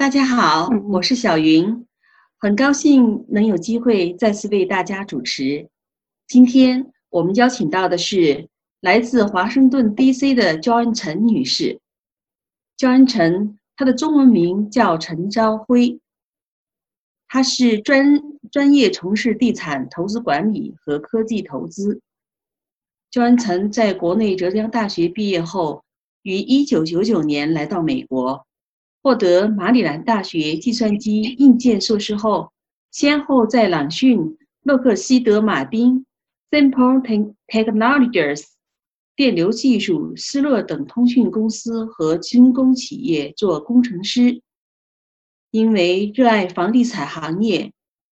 大家好，我是小云，很高兴能有机会再次为大家主持。今天我们邀请到的是来自华盛顿 DC 的焦恩成女士。焦恩成，她的中文名叫陈朝辉，她是专业从事地产投资管理和科技投资。焦恩成在国内浙江大学毕业后，于1999年来到美国。获得马里兰大学计算机硬件硕士后，先后在朗讯、洛克希德马丁、Simple Technologies、电流技术、施乐等通讯公司和军工企业做工程师。因为热爱房地产行业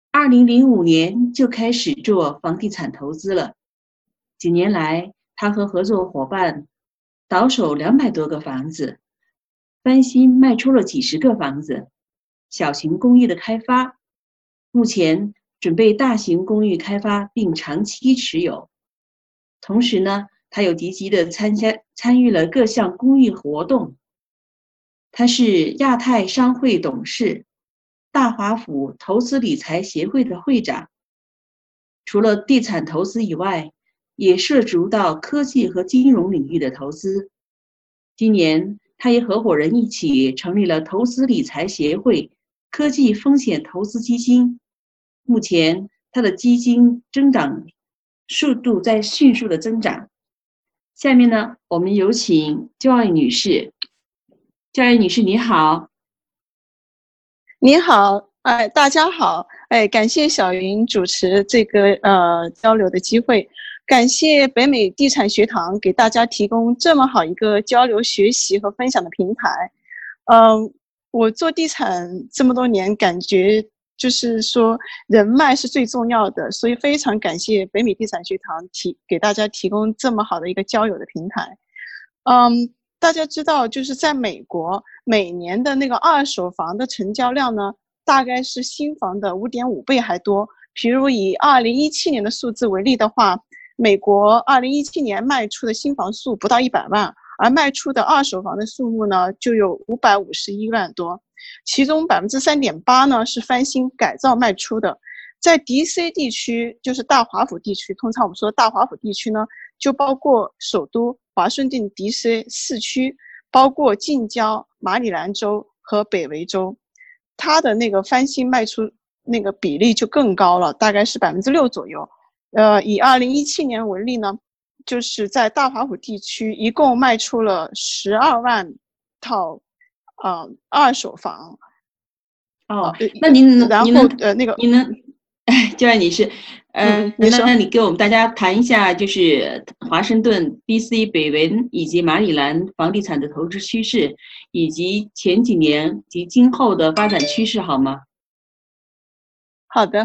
，2005年就开始做房地产投资了。几年来，他和合作伙伴倒手200多个房子。翻新卖出了几十个房子，小型公寓的开发，目前准备大型公寓开发并长期持有。同时呢，他又积极的参与了各项公益活动。他是亚太商会董事，大华府投资理财协会的会长。除了地产投资以外，也涉足到科技和金融领域的投资。今年他与合伙人一起成立了投资理财协会科技风险投资基金，目前他的基金增长速度在迅速的增长。下面呢，我们有请焦爱女士。焦爱女士，你好。 你好，大家好，感谢小云主持这个交流的机会。感谢北美地产学堂给大家提供这么好一个交流学习和分享的平台。我做地产这么多年，感觉就是说人脉是最重要的，所以非常感谢北美地产学堂给大家提供这么好的一个交友的平台。大家知道，就是在美国每年的那个二手房的成交量呢，大概是新房的5.5倍还多。譬如以2017年的数字为例的话，美国2017年卖出的新房数不到100万，而卖出的二手房的数目呢就有551万多，其中3.8%呢是翻新改造卖出的。在 DC 地区，就是大华府地区，通常我们说大华府地区呢，就包括首都华盛顿 DC 4区，包括近郊马里兰州和北维州，它的那个翻新卖出那个比例就更高了，大概是6%左右。以2017年为例呢，就是在大华府地区一共卖出了12万套二手房。 那您能焦爱女士，那你给我们大家谈一下，就是华盛顿、DC、北文以及马里兰房地产的投资趋势，以及前几年及今后的发展趋势，好吗？ 好的，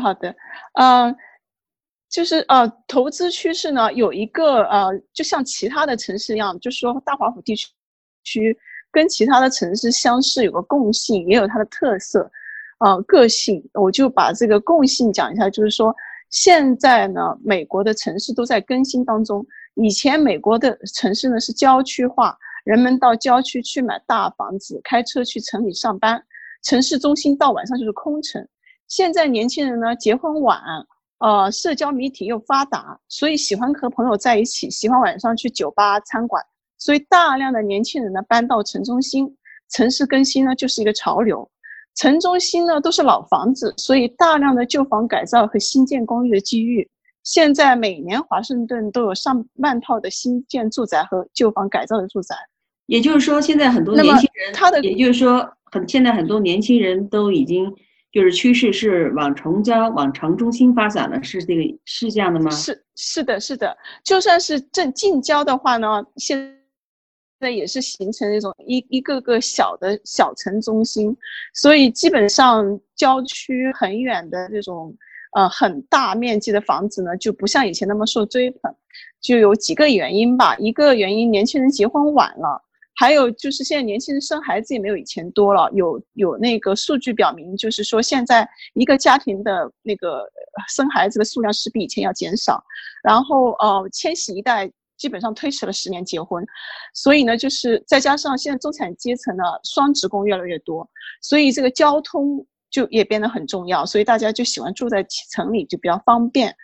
就是投资趋势呢，有一个就像其他的城市一样，就是说大华府地区跟其他的城市相似，有个共性，也有它的特色，个性。我就把这个共性讲一下，就是说现在呢，美国的城市都在更新当中。以前美国的城市呢是郊区化，人们到郊区去买大房子，开车去城里上班，城市中心到晚上就是空城。现在年轻人呢结婚晚，社交媒体又发达，所以喜欢和朋友在一起，喜欢晚上去酒吧、餐馆，所以大量的年轻人呢搬到城中心。城市更新呢就是一个潮流。城中心呢都是老房子，所以大量的旧房改造和新建公寓的机遇。现在每年华盛顿都有上万套的新建住宅和旧房改造的住宅。 也就是说，现在很多年轻人，也就是说，现在很多年轻人都已经就是趋势是往城中心发展了，是这样的吗？ 是的，就算是近郊的话呢，现在也是形成那种一个个小城中心，所以基本上郊区很远的这种很大面积的房子呢，就不像以前那么受追捧。就有几个原因吧，一个原因年轻人结婚晚了。还有就是现在年轻人生孩子也没有以前多了，有那个数据表明，就是说现在一个家庭的那个生孩子的数量是比以前要减少。然后千禧一代基本上推迟了10年结婚，所以呢，就是再加上现在中产阶层呢双职工越来越多，所以这个交通就也变得很重要，所以大家就喜欢住在城里，就比较方便。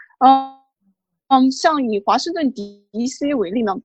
像以华盛顿 DC 为例呢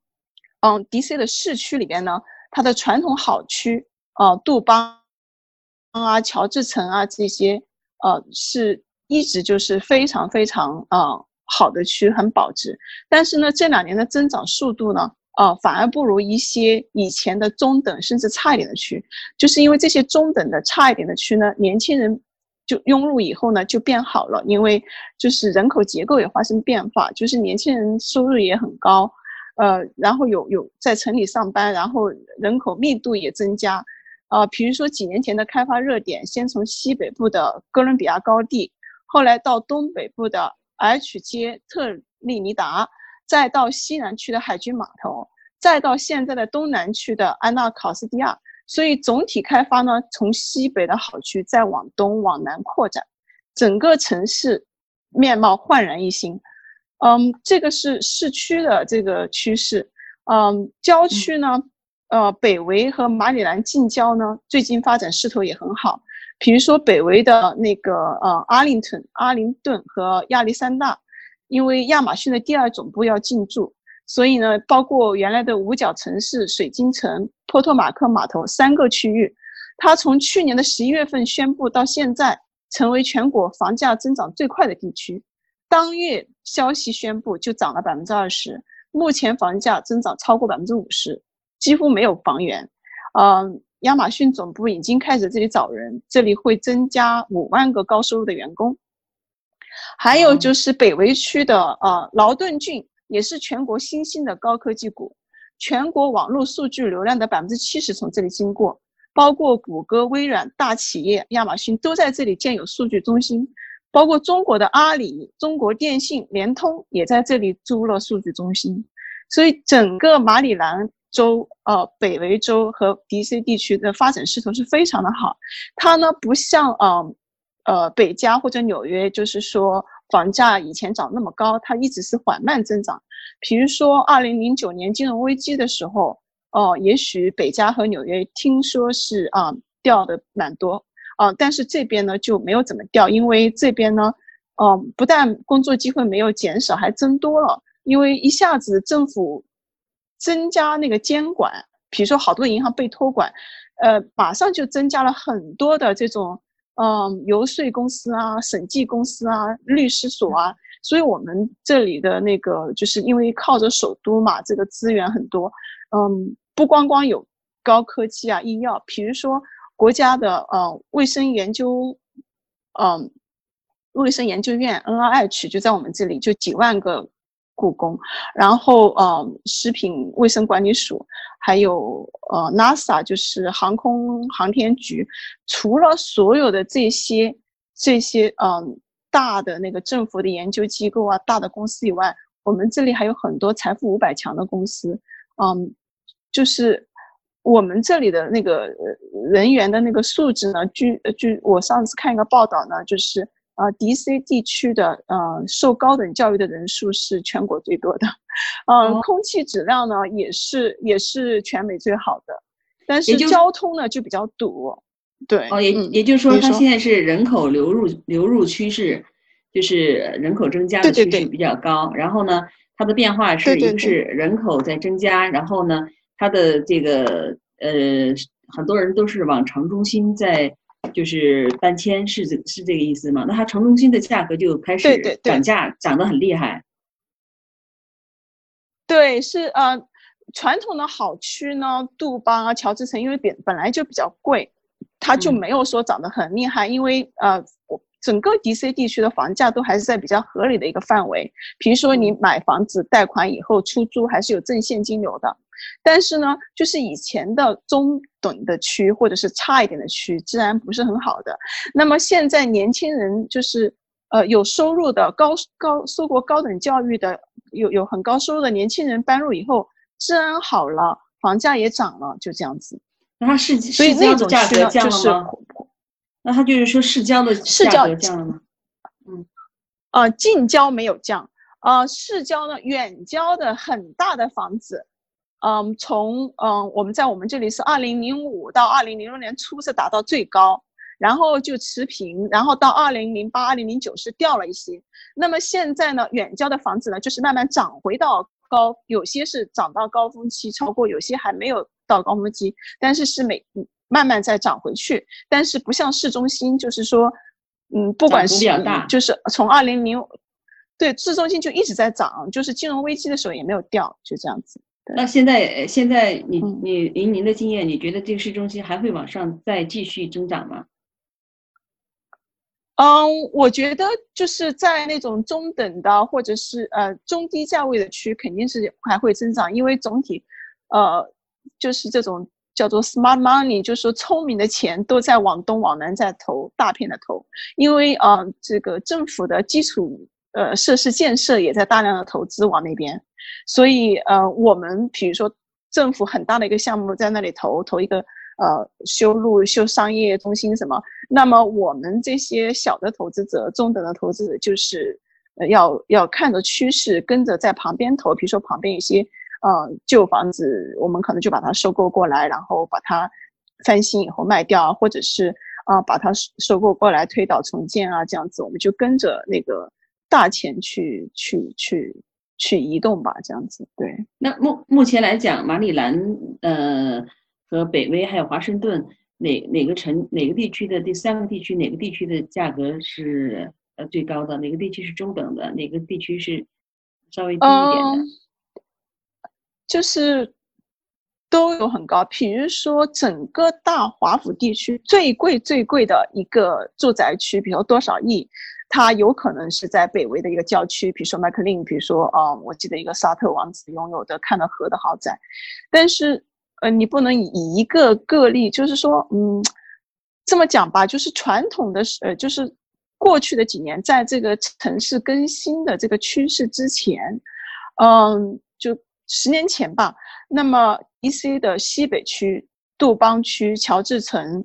，DC 的市区里边呢，它的传统好区杜邦啊、乔治城啊这些是一直就是非常非常好的区，很保值。但是呢，这2年的增长速度呢，反而不如一些以前的中等甚至差一点的区，就是因为这些中等的差一点的区呢，年轻人就涌入以后呢就变好了，因为就是人口结构也发生变化，就是年轻人收入也很高，然后有在城里上班，然后人口密度也增加。比如说几年前的开发热点，先从西北部的哥伦比亚高地，后来到东北部的 H 街特立尼达，再到西南区的海军码头，再到现在的东南区的安纳考斯蒂亚。所以总体开发呢，从西北的好区再往东往南扩展，整个城市面貌焕然一新。这个是市区的这个趋势。郊区呢，北维和马里兰近郊呢，最近发展势头也很好。比如说北维的那个阿灵顿和亚历山大，因为亚马逊的第2总部要进驻，所以呢，包括原来的五角城市、水晶城、波托马克码头3个区域，它从去年的11月份宣布到现在，成为全国房价增长最快的地区。当月消息宣布就涨了20%，目前房价增长超过50%，几乎没有房源。亚马逊总部已经开始这里找人，这里会增加5万个高收入的员工。还有就是北维区的劳顿郡，也是全国新兴的高科技股，全国网络数据流量的70%从这里经过，包括谷歌、微软大企业、亚马逊都在这里建有数据中心，包括中国的阿里、中国电信、联通也在这里租了数据中心。所以整个马里兰州、北维州和 DC 地区的发展势头是非常的好。它呢不像北加或者纽约，就是说房价以前涨那么高，它一直是缓慢增长。比如说2009年金融危机的时候，也许北加和纽约听说是掉的蛮多，但是这边呢就没有怎么掉，因为这边呢，不但工作机会没有减少，还增多了。因为一下子政府增加那个监管，比如说好多银行被托管，马上就增加了很多的这种游说公司啊、审计公司啊、律师所啊。所以我们这里的那个就是因为靠着首都嘛，这个资源很多，不光有高科技啊、医药，比如说国家的卫生研究院 NIH 就在我们这里，就几万个故宫，然后食品卫生管理署，还有NASA 就是航空航天局。除了所有的这些大的那个政府的研究机构啊、大的公司以外，我们这里还有很多财富500强的公司。就是我们这里的那个人员的那个素质呢，据我上次看一个报道呢，就是DC 地区的受高等教育的人数是全国最多的，空气质量呢也是全美最好的，但是交通呢就比较堵。对， 也就是说，它现在是人口流入趋势，就是人口增加的趋势比较高。然后呢，它的变化是一个是人口在增加，然后呢，它的这个很多人都是往城中心在就是搬迁，是这个意思吗？那它城中心的价格就开始涨价，涨得很厉害。 对，是传统的好区呢，杜邦啊、乔治城，因为本来就比较贵。它就没有说涨得很厉害，因为整个 DC 地区的房价都还是在比较合理的一个范围。比如说你买房子贷款以后出租还是有正现金流的，但是呢，就是以前的中等的区或者是差一点的区，治安不是很好的。那么现在年轻人就是有收入的受过高等教育的有很高收入的年轻人搬入以后，治安好了，房价也涨了，就这样子。 那它市郊的价格降了吗？那它就是说市郊的价格降了吗？ 近郊没有降， 市郊呢，远郊的很大的房子，从我们在我们这里是2005到2006年初是达到最高，然后就持平，然后到2008、2009是掉了一些。那么现在呢，远郊的房子呢，就是慢慢涨回到高，有些是涨到高峰期超过，有些还没有到高峰期，但是慢慢再涨回去。但是不像市中心，就是说，不管是就是从2005，对，市中心就一直在涨，就是金融危机的时候也没有掉，就这样子。 那现在您的经验，你觉得这个市中心还会往上再继续增长吗？ 我觉得就是在那种中等的或者是中低价位的区，肯定是还会增长，因为总体就是这种叫做 smart money， 就是说聪明的钱都在往东往南在投，大片的投，因为这个政府的基础设施建设也在大量的投资往那边，所以我们比如说政府很大的一个项目在那里投一个修路、修商业中心什么，那么我们这些小的投资者、中等的投资者，就是要看着趋势，跟着在旁边投。比如说旁边有些旧房子，我们可能就把它收购过来，然后把它翻新以后卖掉，或者是把它收购过来推倒重建啊，这样子我们就跟着那个大钱去移动吧，这样子。对。 那目前来讲，马里兰和北威还有华盛顿哪个地区的第3个地区哪个地区的价格是最高的？哪个地区是中等的？哪个地区是稍微低一点的？ 就是都有很高。比如说整个大华府地区最贵的一个住宅区，比如说多少亿，它有可能是在北威的一个郊区，比如说麦克林，比如说我记得一个沙特王子拥有的看到河的豪宅，但是你不能以一个个例，就是说这么讲吧，就是传统的就是过去的几年，在这个城市更新的这个趋势之前，就10年前吧，那么 DC 的西北区、杜邦区、乔治城，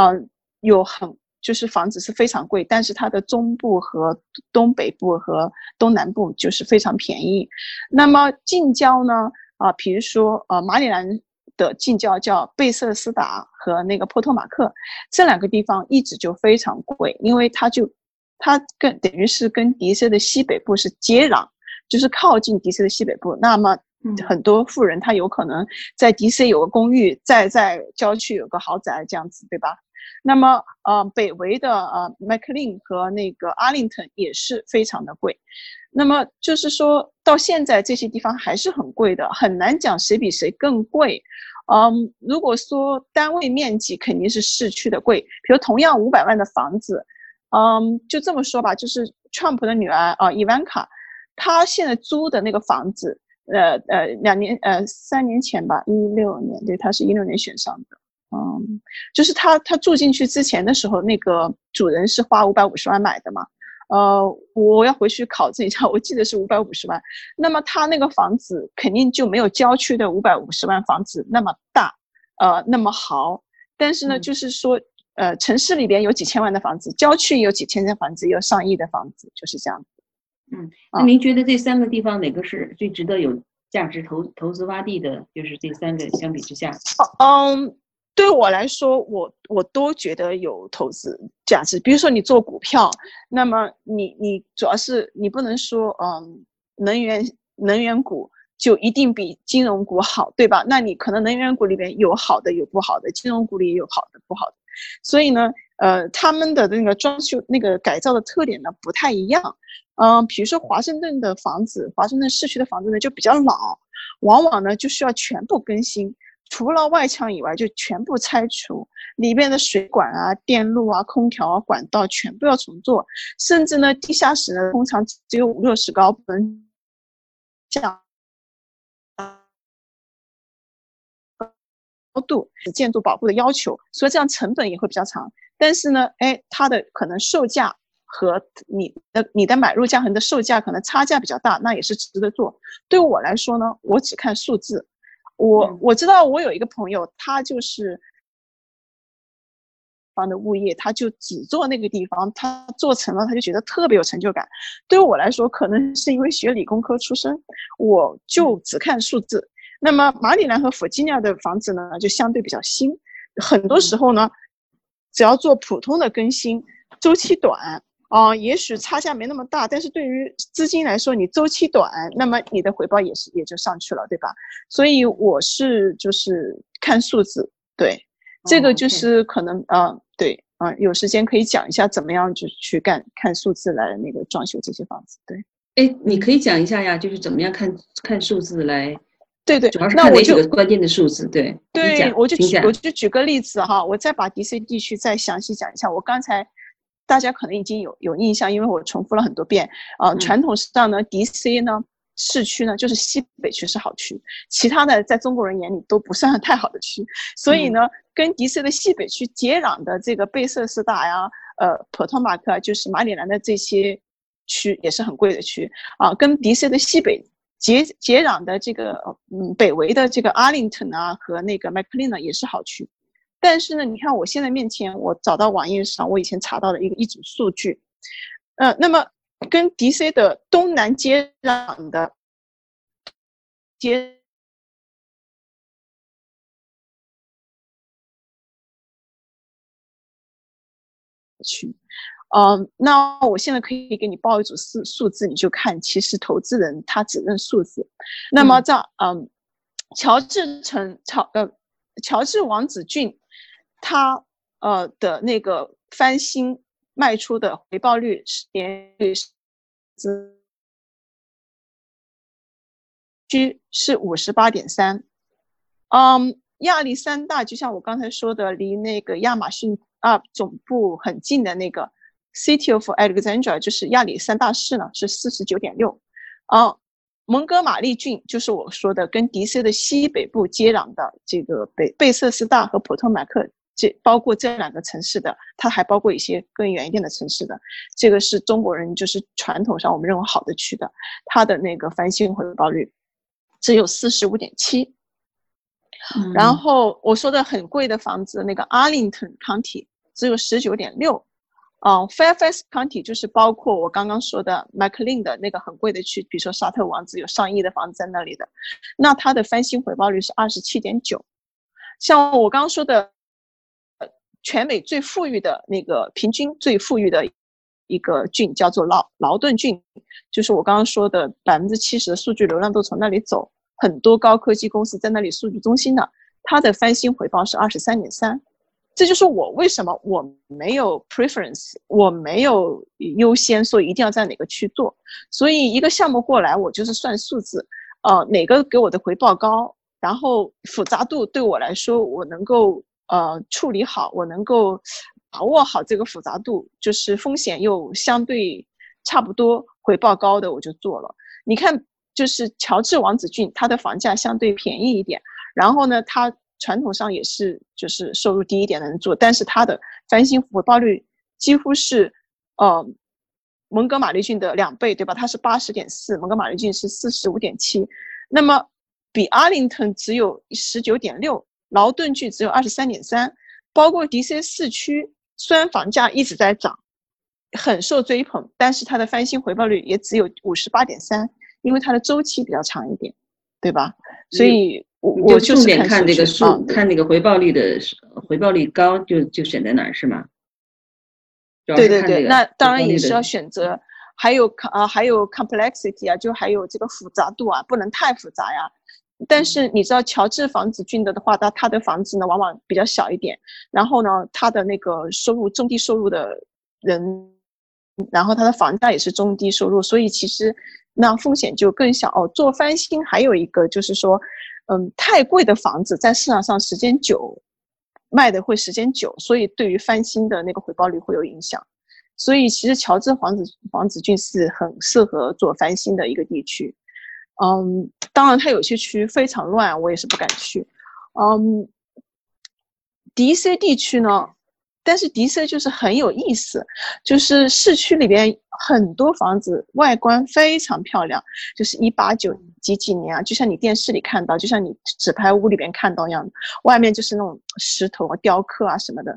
就是房子是非常贵，但是它的中部和东北部和东南部就是非常便宜。那么近郊呢，比如说马里兰的近郊叫贝瑟斯达和那个波托马克，这2个地方一直就非常贵，因为它等于是跟迪斯的西北部是接壤，就是靠近迪斯的西北部。那么很多富人他有可能在 DC 有个公寓，在郊区有个豪宅这样子，对吧？那么北维的McLean 和那个 Arlington 也是非常的贵。那么就是说到现在这些地方还是很贵的，很难讲谁比谁更贵。如果说单位面积肯定是市区的贵，比如同样500万的房子，就这么说吧，就是 Trump 的女儿Ivanka，她现在租的那个房子3年前吧，16年，对，他是16年选上的。就是他住进去之前的时候，那个主人是花550万买的嘛。我要回去考证一下，我记得是550万。那么他那个房子肯定就没有郊区的550万房子那么大，那么豪。但是呢，就是说，城市里边有几千万的房子，郊区有几千间房子，有上亿的房子，就是这样子。 那您觉得这3个地方哪个是最值得有价值投资洼地的？就是这3个相比之下。 对我来说，我都觉得有投资价值。比如说你做股票，那么你主要是你不能说能源股就一定比金融股好，对吧？那你可能能源股里边有好的有不好的，金融股里也有好的不好的。所以呢，他们的那个装修那个改造的特点呢不太一样。比如说华盛顿的房子，华盛顿市区的房子呢就比较老，往往呢就需要全部更新。除了外墙以外，就全部拆除，里边的水管啊、电路啊、空调啊、管道全部要重做，甚至呢，地下室呢通常只有50-60高，不能降高度，建筑保护的要求，所以这样成本也会比较长。但是呢，它的可能售价和你的买入价和你的售价可能差价比较大，那也是值得做。对我来说呢，我只看数字。我知道我有一个朋友，他就是方的物业，他就只做那个地方，他做成了他就觉得特别有成就感。对于我来说，可能是因为学理工科出身，我就只看数字。那么马里兰和弗吉尼亚的房子呢，就相对比较新，很多时候呢，只要做普通的更新，周期短。也许差价没那么大，但是对于资金来说，你周期短，那么你的回报也就上去了，对吧？所以我是就是看数字，对，这个就是可能对有时间可以讲一下怎么样就去看数字来那个装修这些房子，对。 你可以讲一下呀，就是怎么样看数字来？ 对， 主要是看哪几个关键的数字？对， 我就举个例子哈，我再把 DC 地区再详细讲一下。我刚才。大家可能已经有印象，因为我重复了很多遍传统上呢 DC 呢市区呢就是西北区是好区，其他的在中国人眼里都不算太好的区，所以呢跟 DC 的西北区接壤的这个贝瑟斯大呀普托马克就是马里兰的这些区也是很贵的区跟 DC 的西北接壤的这个北围的这个阿灵顿啊和那个麦克林呢也是好区。但是呢，你看我现在面前，我找到网页上我以前查到的一组数据，那么跟 DC 的东南接壤的区，那我现在可以给你报一组数字，你就看，其实投资人他只认数字。那么在乔治王子郡。它的那个翻新卖出的回报率是 58.3%。亚历山大就像我刚才说的，离那个亚马逊总部很近的那个 City of Alexandria 就是亚历山大市呢是 49.6%。蒙哥马利郡就是我说的跟 DC 的西北部接壤的这个贝瑟斯大和普托马克，包括这两个城市的，它还包括一些更远一点的城市的，这个是中国人就是传统上我们认为好的区的，它的那个翻新回报率只有 45.7%。然后我说的很贵的房子，那个 Arlington County 只有 19.6%。Fairfax County 就是包括我刚刚说的 McLean 的那个很贵的区，比如说沙特王子有上亿的房子在那里的，那它的翻新回报率是 27.9%。像我刚刚说的全美最富裕的那个平均最富裕的一个郡叫做劳顿郡，就是我刚刚说的70%的数据流量都从那里走，很多高科技公司在那里数据中心的，它的翻新回报是 23.3%。这就是我为什么我没有 preference， 我没有优先说一定要在哪个区做，所以一个项目过来我就是算数字，哪个给我的回报高，然后复杂度对我来说我能够处理好，我能够把握好这个复杂度，就是风险又相对差不多回报高的我就做了。你看就是乔治王子郡它的房价相对便宜一点，然后呢它传统上也是就是收入低一点的人做，但是它的翻新回报率几乎是蒙哥马利郡的2倍，对吧？它是 80.4%， 蒙哥马利郡是 45.7%， 那么比阿灵顿只有 19.6%， 劳顿郡只有 23.3%。 包括 DC 市区虽然房价一直在涨，很受追捧，但是它的翻新回报率也只有 58.3%， 因为它的周期比较长一点，对吧？所以我就重点看这个看那个回报率的回报率高就选在哪儿是吗？ 对，那当然也是要选择，还有 complexity 啊，就还有这个复杂度啊，不能太复杂呀。但是你知道乔治房子郡的话，它的房子呢往往比较小一点，然后呢它的那个中低收入的人，然后它的房价也是中低收入，所以其实那风险就更小。做翻新还有一个就是说太贵的房子在市场上时间久，卖的会时间久，所以对于翻新的那个回报率会有影响。所以其实乔治房子郡是很适合做翻新的一个地区。当然它有些区非常乱，我也是不敢去。DC 地区呢，但是 DC 就是很有意思，就是市区里边很多房子外观非常漂亮，就是189几年啊，就像你电视里看到，就像你纸牌屋里边看到一样，外面就是那种石头啊雕刻啊什么的。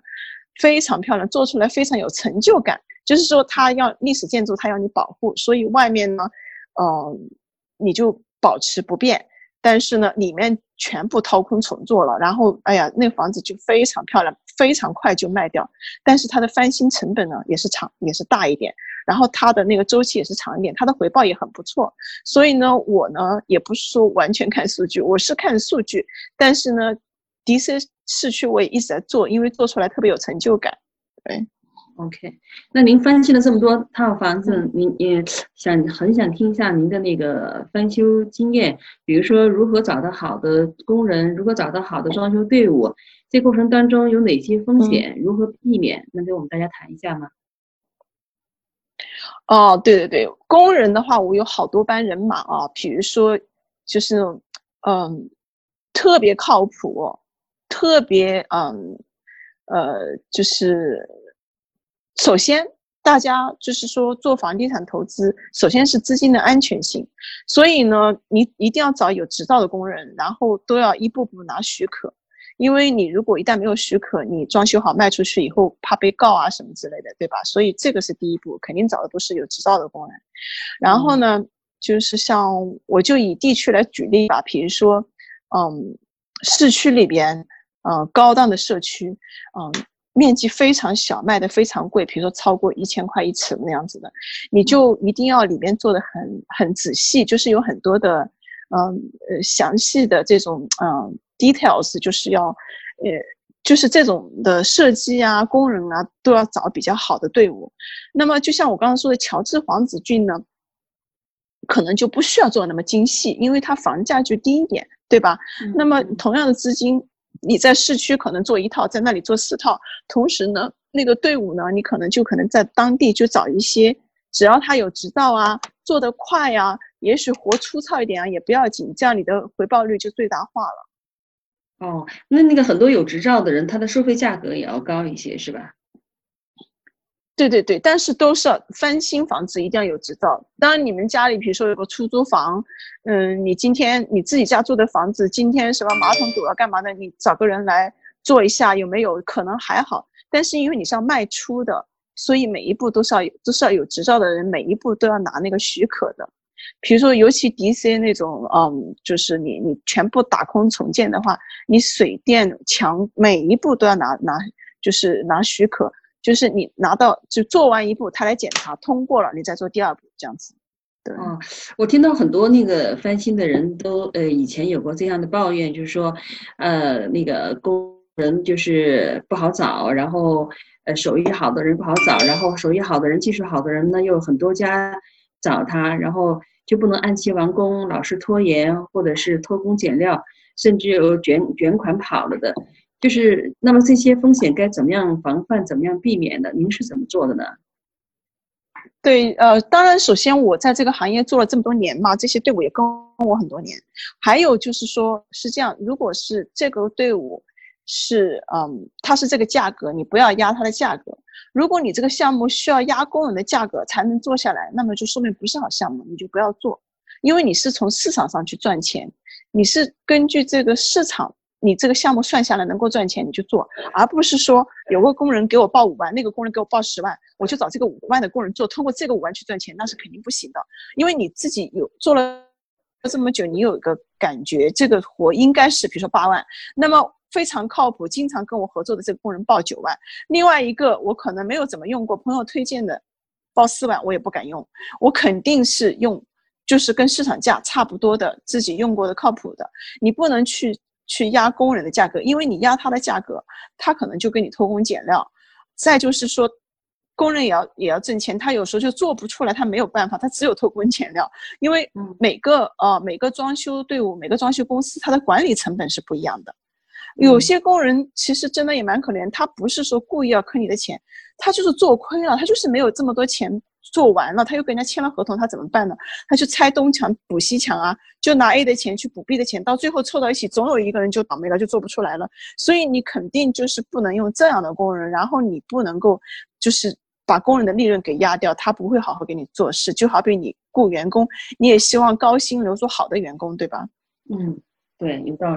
非常漂亮，做出来非常有成就感。就是说，它要历史建筑，它要你保护，所以外面呢，你就保持不变，但是呢，里面全部掏空重做了，然后，哎呀，那房子就非常漂亮，非常快就卖掉。但是它的翻新成本呢，也是大一点，然后它的那个周期也是长一点，它的回报也很不错。所以呢，我呢也不是说完全看数据，我是看数据，但是呢，DC 市区我也一直在做，因为做出来特别有成就感。对。 OK， 那您翻新了这么多套房子，您也很想听一下您的那个翻修经验，比如说如何找到好的工人，如何找到好的装修队伍，这过程当中有哪些风险，如何避免，能给我们大家谈一下吗？ 哦，对对对，工人的话，我有好多班人马啊，比如说就是那种特别靠谱，特别就是首先大家就是说做房地产投资，首先是资金的安全性，所以呢，你一定要找有执照的工人，然后都要一步步拿许可。因为你如果一旦没有许可，你装修好卖出去以后怕被告啊什么之类的，对吧？所以这个是第一步，肯定找的都是有执照的工人。然后呢，就是像我就以地区来举例吧，比如说，市区里边，高档的社区，面积非常小，卖的非常贵，比如说超过1000块1尺那样子的，你就一定要里边做的很仔细，就是有很多的，详细的这种details， 就是要，就是这种的设计啊、工人啊，都要找比较好的队伍。那么，就像我刚刚说的，乔治皇子郡呢，可能就不需要做那么精细，因为它房价就低一点，对吧？那么同样的资金，你在市区可能做1套，在那里做4套，同时呢，那个队伍呢，你可能在当地就找一些，只要他有执照啊，做得快啊，也许活粗糙一点啊，也不要紧，这样你的回报率就最大化了。 哦，那个很多有执照的人，他的收费价格也要高一些，是吧？ 对对对，但是都是翻新房子一定要有执照。当然，你们家里比如说有个出租房，你今天你自己家住的房子，今天什么马桶堵了干嘛的，你找个人来做一下，有没有可能还好？但是因为你是要卖出的，所以每一步都是要有执照的人，每一步都要拿那个许可的。比如说，尤其 DC 那种，就是你全部打空重建的话，你水电墙每一步都要就是拿许可，就是你拿到就做完一步，他来检查通过了，你再做第2步这样子。对。 我听到很多那个翻新的人都以前有过这样的抱怨，就是说，那个工人就是不好找，然后手艺好的人不好找，然后手艺好的人、技术好的人呢又有很多家找他，然后就不能按期完工，老是拖延或者是偷工减料，甚至有卷款跑了的。就是那么这些风险该怎么样防范，怎么样避免的？您是怎么做的呢？ 对，当然，首先我在这个行业做了这么多年嘛，这些队伍也跟我很多年。还有就是说，是这样，如果是这个队伍是，它是这个价格，你不要压它的价格。如果你这个项目需要压工人的价格才能做下来，那么就说明不是好项目，你就不要做，因为你是从市场上去赚钱，你是根据这个市场。你这个项目算下来能够赚钱，你就做，而不是说有个工人给我报5万，那个工人给我报10万，我就找这个5万的工人做，通过这个5万去赚钱，那是肯定不行的。因为你自己有做了这么久，你有一个感觉，这个活应该是比如说8万，那么非常靠谱，经常跟我合作的这个工人报9万，另外一个我可能没有怎么用过，朋友推荐的报4万，我也不敢用，我肯定是用就是跟市场价差不多的，自己用过的靠谱的，你不能去压工人的价格，因为你压他的价格，他可能就跟你偷工减料。再就是说，工人也要挣钱，他有时候就做不出来，他没有办法，他只有偷工减料。因为每个装修队伍、每个装修公司，它的管理成本是不一样的。有些工人其实真的也蛮可怜，他不是说故意要坑你的钱，他就是做亏了，他就是没有这么多钱做完了，他又跟人家签了合同，他怎么办呢？他就拆东墙补西墙啊，就拿 A 的钱去补 B 的钱，到最后凑到一起，总有一个人就倒霉了，就做不出来了。所以你肯定就是不能用这样的工人，然后你不能够就是把工人的利润给压掉，他不会好好给你做事。就好比你雇员工，你也希望高薪留住好的员工，对吧？ 对，有道理。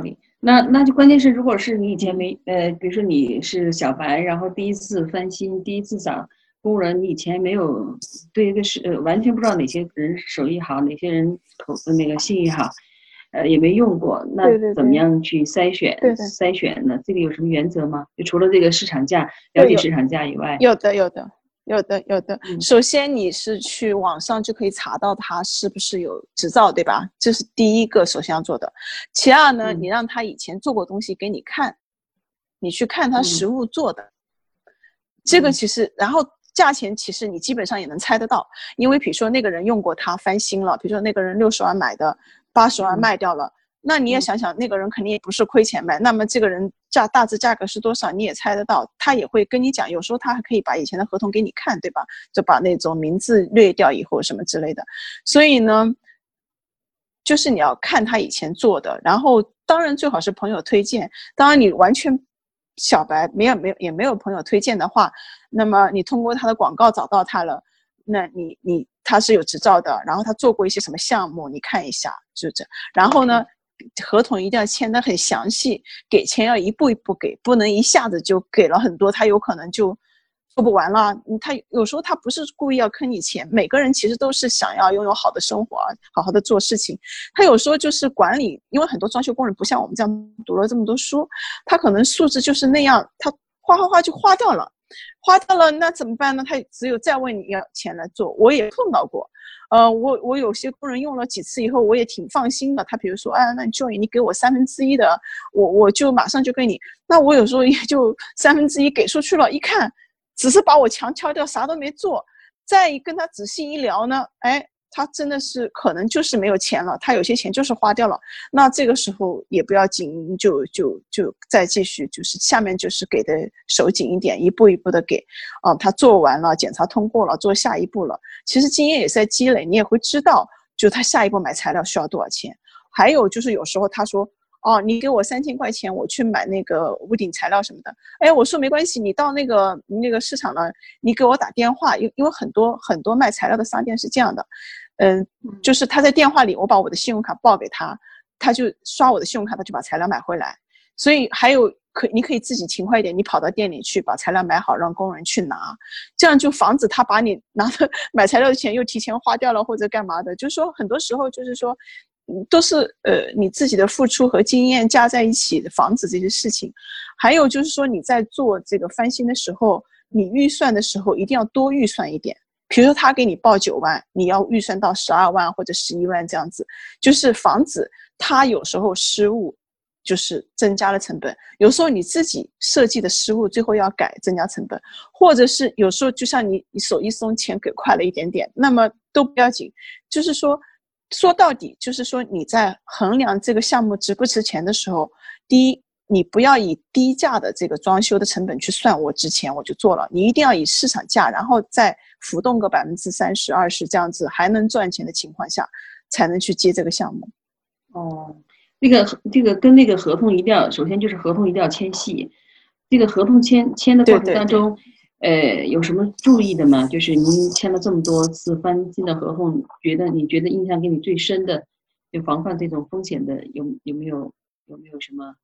那就关键是，如果是你以前没比如说你是小白，然后第一次翻新，第一次找工人，你以前没有对这个完全不知道哪些人手艺好，哪些人那个心意好，也没用过，那对对对怎么样去筛选对对筛选呢？这个有什么原则吗？就除了这个市场价，了对，有解市场价以外， 有的有的有的有的。 嗯首先你是去网上就可以查到它是不是有执照，对吧？这是第一个首先要做的。其二呢，你让他以前做过东西给你看，你去看他实物做的，这个其实，然后价钱其实你基本上也能猜得到，因为比如说那个人用过它翻新了，比如说那个人60万买的，80万卖掉了，那你也想想那个人肯定也不是亏钱卖，那么这个人大致价格是多少你也猜得到，他也会跟你讲，有时候他还可以把以前的合同给你看，对吧？就把那种名字略掉以后什么之类的，所以呢，就是你要看他以前做的，然后当然最好是朋友推荐，当然你完全小白也没有朋友推荐的话，那么你通过他的广告找到他了，那他是有执照的，然后他做过一些什么项目，你看一下，就这。然后呢，合同一定要签得很详细，给钱要一步一步给，不能一下子就给了很多，他有可能就做不完了。他有时候他不是故意要坑你钱，每个人其实都是想要拥有好的生活，好好的做事情。他有时候就是管理，因为很多装修工人不像我们这样读了这么多书，他可能素质就是那样，他花就花掉了。花掉了，那怎么办呢？他只有再问你要钱来做。我也碰到过，我有些工人用了几次以后，我也挺放心的。他比如说，哎，那Joy，你给我1/3的，我就马上就给你。那我有时候也就1/3给出去了，一看，只是把我墙敲掉，啥都没做。再跟他仔细一聊呢，哎，他真的是可能就是没有钱了，他有些钱就是花掉了。那这个时候也不要紧，就再继续，就是下面就是给的手紧一点，一步一步的给，他做完了，检查通过了，做下一步了。其实经验也是在积累，你也会知道，就他下一步买材料需要多少钱。还有就是有时候他说，哦，你给我3000块钱，我去买那个屋顶材料什么的。哎，我说没关系，你到那个市场了，你给我打电话，因为很多卖材料的商店是这样的，就是他在电话里，我把我的信用卡报给他，他就刷我的信用卡，他就把材料买回来。所以还有你可以自己勤快一点，你跑到店里去把材料买好，让工人去拿，这样就防止他把你拿的买材料的钱又提前花掉了或者干嘛的。就是说很多时候就是说都是你自己的付出和经验加在一起防止这些事情。还有就是说你在做这个翻新的时候，你预算的时候一定要多预算一点。比如说他给你报9万，你要预算到12万或者11万这样子，就是防止他有时候失误，就是增加了成本。有时候你自己设计的失误，最后要改，增加成本，或者是有时候就像你手一松，钱给快了一点点，那么都不要紧。就是说到底，就是说你在衡量这个项目值不值钱的时候，第一，你不要以低价的这个装修的成本去算我值钱我就做了，你一定要以市场价，然后再浮动个30%、20%这样子还能赚钱的情况下，才能去接这个项目。 哦，这个跟那个合同一定要，首先就是合同一定要签细。这个合同签的过程当中，有什么注意的吗？就是您签了这么多次翻新的合同，你觉得印象给你最深的，就防范这种风险的，有没有什么？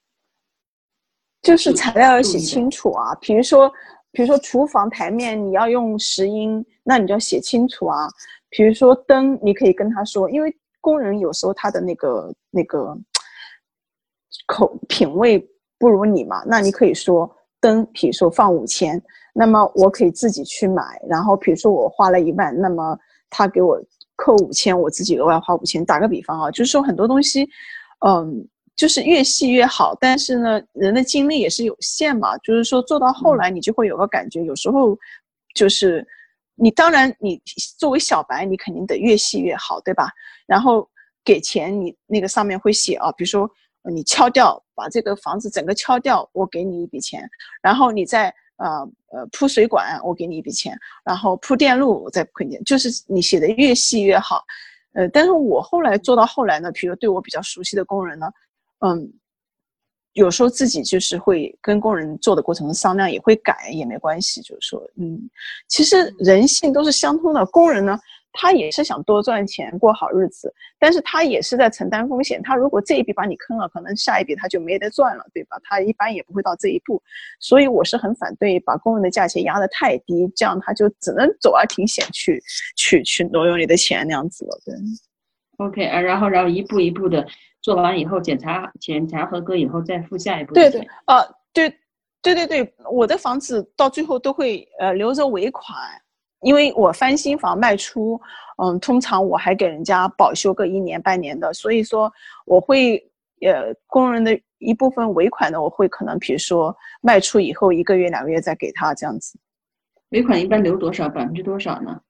就是材料要写清楚啊，比如说厨房台面你要用10英，那你就要写清楚啊。比如说灯，你可以跟他说，因为工人有时候他的那个品味不如你嘛，那你可以说灯，比如说放5000，那么我可以自己去买，然后比如说我花了1万，那么他给我扣5000，我自己额外花5000。打个比方啊，就是说很多东西，就是越细越好，但是呢，人的精力也是有限嘛，就是说做到后来你就会有个感觉，有时候就是当然你作为小白，你肯定得越细越好，对吧？然后给钱，你那个上面会写啊，比如说你敲掉，把这个房子整个敲掉，我给你一笔钱，然后你再铺水管，我给你一笔钱，然后铺电路，我再给你，就是你写的越细越好。但是我后来做到后来呢，比如对我比较熟悉的工人呢，有时候自己就是会跟工人做的过程中商量，也会改，也没关系。就是说，其实人性都是相通的。工人呢， 他也是想多赚钱过好日子，但是他也是在承担风险。他如果这一笔把你坑了，可能下一笔他就没得赚了，对吧？他一般也不会到这一步。所以我是很反对把工人的价钱压得太低，这样他就只能走挺险去挪用你的钱那样子了。对。 OK 啊，然后一步一步的做完以后，检查合格以后再付下一步的钱。对，我的房子到最后都会留着尾款，因为我翻新房卖出，通常我还给人家保修个1年半年的，所以说我会工人的一部分尾款呢，我会可能比如说卖出以后1个月2个月再给他这样子。 尾款一般留多少%多少呢？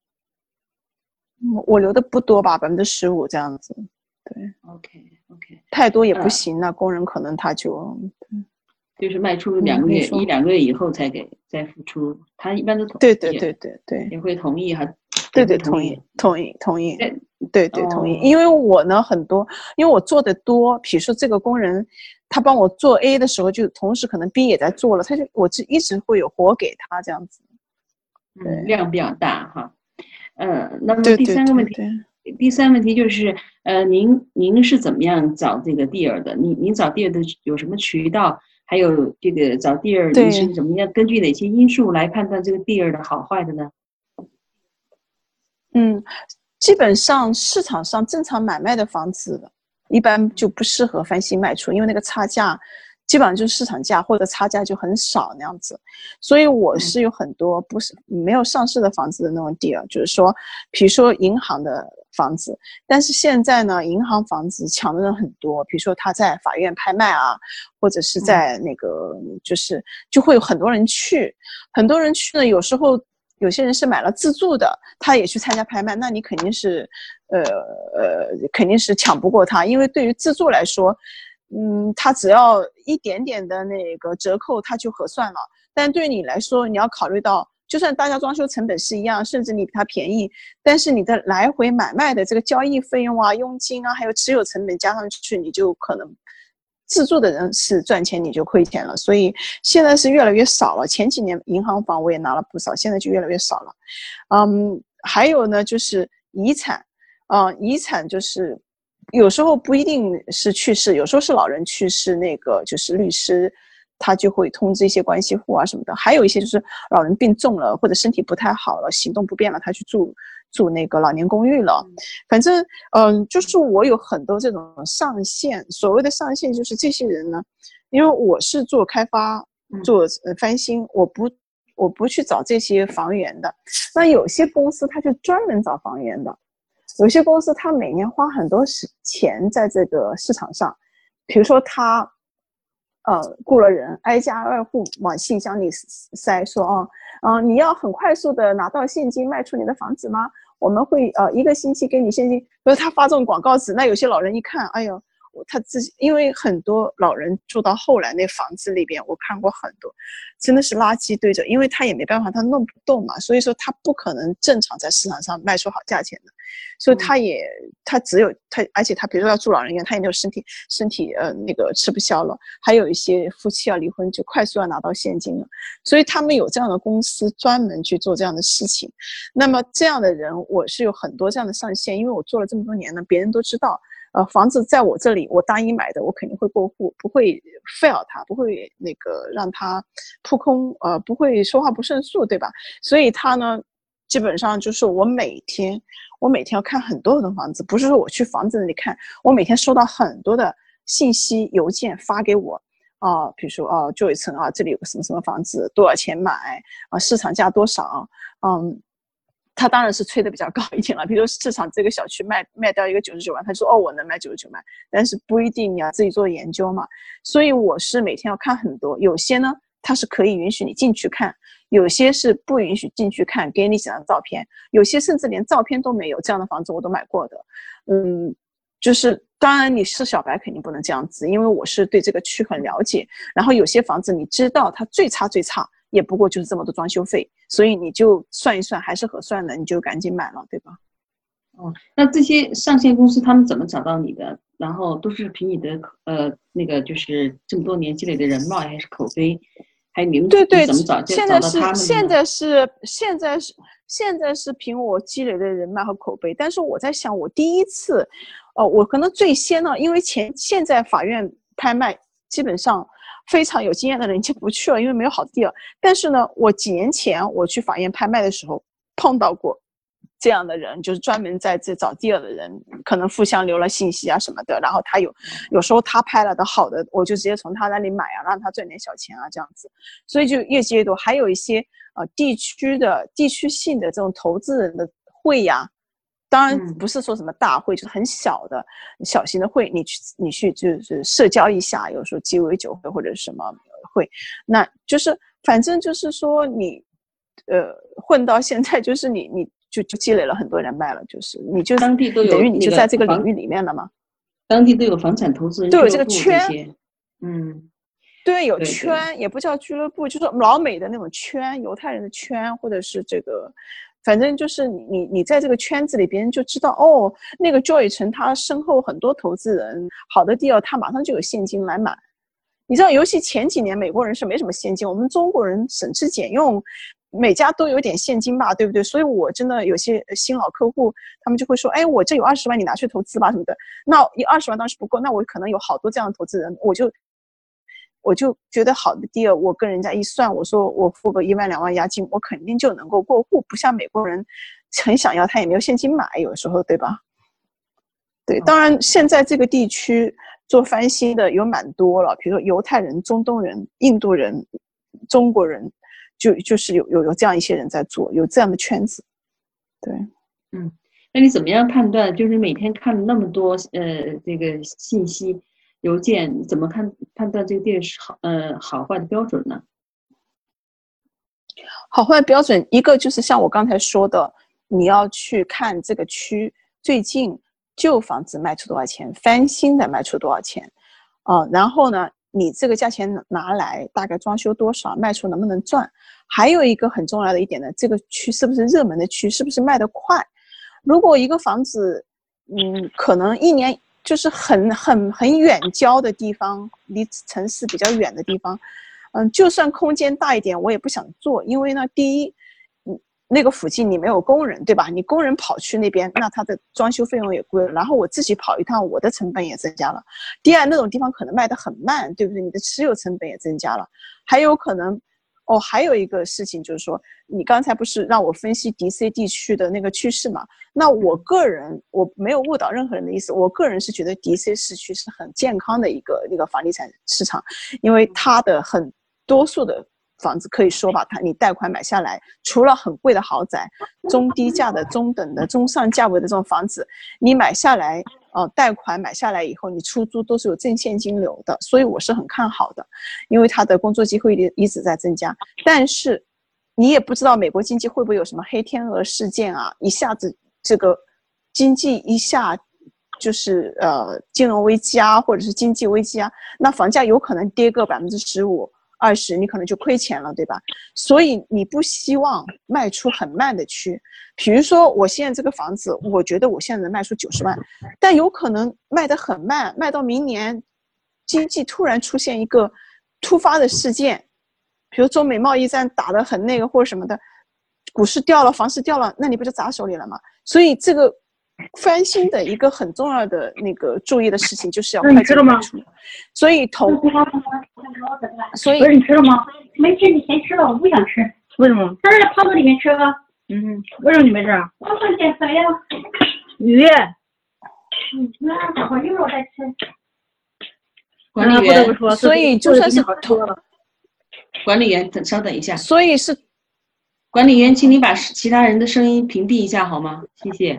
我留的不多吧，15%这样子。对 ，OK， 太多也不行，那工人可能他就是卖出1-2个月以后再付出，他一般都对也会同意哈。 对，同意。对，同意。因为我呢因为我做的多，比如说这个工人他帮我做 A 的时候，就同时可能 B 也在做了，我就一直会有活给他这样子。 量比较大哈。那么第三个问题，第三问题就是您是怎么样找这个地儿的？您找地儿的有什么渠道？还有这个找地儿你是怎么样根据哪些因素来判断这个地儿的好坏的呢？ 基本上市场上正常买卖的房子一般就不适合翻新卖出，因为那个差价基本上就是市场价或者差价就很少那样子。所以我是有很多没有上市的房子的那种地儿，就是说比如说银行的房子，但是现在呢银行房子抢的人很多，比如说他在法院拍卖啊，或者是在那个就会有很多人去呢，有时候有些人是买了自住的，他也去参加拍卖，那你肯定是抢不过他，因为对于自住来说他只要一点点的那个折扣他就合算了，但对于你来说你要考虑到，就算大家装修成本是一样，甚至你比他便宜，但是你的来回买卖的这个交易费用啊、佣金啊，还有持有成本加上去，你就可能自住的人是赚钱，你就亏钱了。所以现在是越来越少了，前几年银行房我也拿了不少，现在就越来越少了。还有呢就是遗产，遗产就是有时候不一定是去世，有时候是老人去世，那个就是律师他就会通知一些关系户啊什么的。还有一些就是老人病重了或者身体不太好了，行动不便了，他去住那个老年公寓了。反正就是我有很多这种上限，所谓的上限就是这些人呢，因为我是做开发做翻新，我不去找这些房源的。那有些公司他就专门找房源的，有些公司他每年花很多钱在这个市场上，比如说他雇了人挨家挨户往信箱里塞，说你要很快速的拿到现金卖出你的房子吗？我们会1个星期给你现金。比如他发这种广告词，那有些老人一看，哎呦，他自己，因为很多老人住到后来那房子里边，我看过很多，真的是垃圾堆着，因为他也没办法，他弄不动嘛，所以说他不可能正常在市场上卖出好价钱的，所以他只有他，而且他比如说要住老人院，他也没有身体那个吃不消了，还有一些夫妻要离婚就快速要拿到现金了，所以他们有这样的公司专门去做这样的事情。那么这样的人，我是有很多这样的上限，因为我做了这么多年了，别人都知道。房子在我这里，我答应买的，我肯定会过户，不会 fail 他，不会那个让他扑空，不会说话不胜数，对吧？所以他呢，基本上就是我每天要看很多的房子，不是说我去房子那里看，我每天收到很多的信息邮件发给我。比如说就一层这里有个什么什么房子，多少钱买市场价多少，他当然是吹的比较高一点了，比如说市场这个小区卖掉一个99万，他说我能卖99万，但是不一定，你要自己做研究嘛。所以我是每天要看很多，有些呢它是可以允许你进去看，有些是不允许进去看，给你几张照片，有些甚至连照片都没有，这样的房子我都买过的。就是当然你是小白肯定不能这样子，因为我是对这个区很了解，然后有些房子你知道它最差也不过就是这么多装修费，所以你就算一算还是合算的，你就赶紧买了，对吧？ 那这些上线公司他们怎么找到你的？然后都是凭你的那个就是这么多年积累的人脉，还是口碑， 还有你对对， 怎么找现在是到他们的呢？ 现在是凭我积累的人脉和口碑，但是我在想，我第一次，我可能最先呢，因为现在法院拍卖基本上非常有经验的人就不去了，因为没有好的地儿。但是呢，我几年前我去法院拍卖的时候碰到过这样的人，就是专门在这找地儿的人，可能互相留了信息啊什么的，然后他有时候他拍了的好的，我就直接从他那里买啊，让他赚点小钱啊这样子，所以就越接越多。还有一些地区性的这种投资人的会呀，当然不是说什么大会，就是很小的小型的会，你去就是社交一下，有时候鸡尾酒会或者什么会，那就是反正就是说你混到现在，就是你就积累了很多人脉了，就是你就当地都有等于你就在这个领域里面了嘛。 当地都有房产投资人都有这个俱乐部圈，对，有对圈，也不叫俱乐部，就是老美的那种圈，犹太人的圈，或者是这个，反正就是你在这个圈子里，别人就知道哦，那个 Joy 城他身后很多投资人，好的地儿他马上就有现金来买。你知道，尤其前几年美国人是没什么现金，我们中国人省吃俭用，每家都有点现金吧，对不对？所以我真的有些新老客户，他们就会说，哎，我这有20万，你拿去投资吧什么的。那20万当时不够，那我可能有好多这样的投资人，我就觉得好的地儿，我跟人家一算，我说我付个1万2万押金，我肯定就能够过户，不像美国人很想要，他也没有现金买，有时候对吧？对，当然现在这个地区做翻新的有蛮多了，比如说犹太人、中东人、印度人、中国人，就是有这样一些人在做，有这样的圈子。对， 那你怎么样判断？就是每天看了那么多这个信息邮件，怎么判断这个地是好坏的标准呢？ 好坏标准一个就是像我刚才说的，你要去看这个区最近旧房子卖出多少钱，翻新的卖出多少钱，然后呢，你这个价钱拿来大概装修多少，卖出能不能赚？还有一个很重要的一点呢，这个区是不是热门的区，是不是卖得快？如果一个房子，可能一年就是很远郊的地方，离城市比较远的地方，就算空间大一点，我也不想做，因为呢，第一，那个附近你没有工人，对吧？你工人跑去那边，那他的装修费用也贵了，然后我自己跑一趟，我的成本也增加了。第二，那种地方可能卖得很慢，对不对？你的持有成本也增加了，还有可能。还有一个事情就是说，你刚才不是让我分析 DC 地区的那个趋势嘛？那我个人我没有误导任何人的意思，我个人是觉得 DC 市区是很健康的一个房地产市场，因为它的很多数的房子可以说吧，你贷款买下来，除了很贵的豪宅，中低价的、中等的、中上价位的这种房子，你买下来。贷款买下来以后，你出租都是有正现金流的，所以我是很看好的，因为它的工作机会一直在增加。但是，你也不知道美国经济会不会有什么黑天鹅事件啊，一下子这个经济一下就是金融危机啊，或者是经济危机啊，那房价有可能跌个15%、20%，你可能就亏钱了，对吧？所以你不希望卖出很慢的区，比如说我现在这个房子，我觉得我现在能卖出90万，但有可能卖得很慢，卖到明年经济突然出现一个突发的事件，比如中美贸易战打得很那个或者什么的，股市掉了，房市掉了，那你不就砸手里了吗？所以这个翻新的一个很重要的那个注意的事情就是要快进快出，所以不是你吃了吗？没吃，你先吃了，我不想吃。为什么？在这泡子里面吃吧。为什么你没吃？我想减肥呀。鱼。那等会儿一会儿我再吃。 管理员， 所以就算是管理员，稍等一下。 所以是管理员，请你把其他人的声音屏蔽一下好吗？谢谢。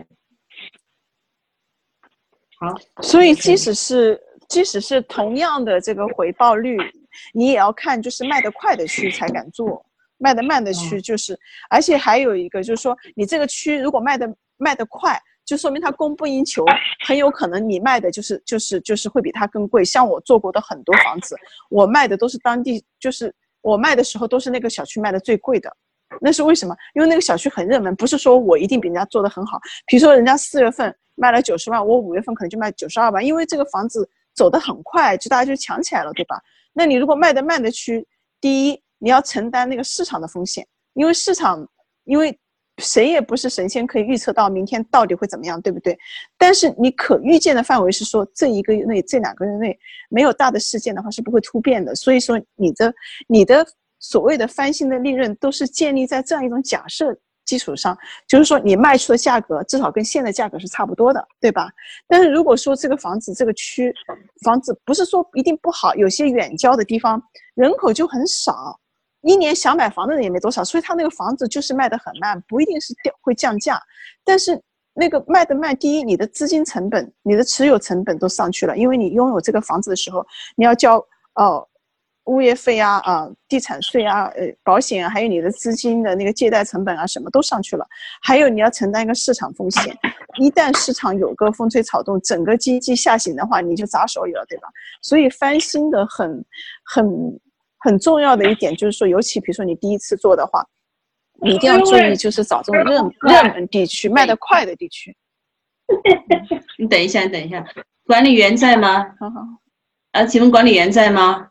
好。 所以即使是同样的这个回报率，你也要看就是卖得快的区才敢做，卖得慢的区就是，而且还有一个就是说，你这个区如果卖得快，就说明它供不应求，很有可能你卖的就是会比它更贵。像我做过的很多房子，我卖的都是当地，就是我卖的时候都是那个小区卖的最贵的。那是为什么？因为那个小区很热门，不是说我一定比人家做得很好。比如说人家4月份卖了90万，我5月份可能就卖92万，因为这个房子走得很快，就大家就抢起来了，对吧？那你如果卖得慢的区，第一， 你要承担那个市场的风险，因为谁也不是神仙可以预测到明天到底会怎么样，对不对？但是你可预见的范围是说这1个月内这2个月内没有大的事件的话是不会突变的，所以说你的所谓的翻新的利润都是建立在这样一种假设基础上，就是说你卖出的价格至少跟现在价格是差不多的，对吧？但是如果说这个房子这个区房子不是说一定不好，有些远郊的地方人口就很少，1年想买房的人也没多少，所以他那个房子就是卖得很慢，不一定是会降价，但是那个卖得慢，第一，你的资金成本、你的持有成本都上去了，因为你拥有这个房子的时候，你要交物业费啊、地产税啊、保险啊，还有你的资金的那个借贷成本啊，什么都上去了，还有你要承担一个市场风险，一旦市场有个风吹草动，整个经济下行的话，你就砸手里了，对吧？所以翻新的很重要的一点就是说，尤其比如说你第一次做的话，你一定要注意，就是找这种热门地区、卖得快的地区。 你等一下，管理员在吗？好。请问管理员在吗？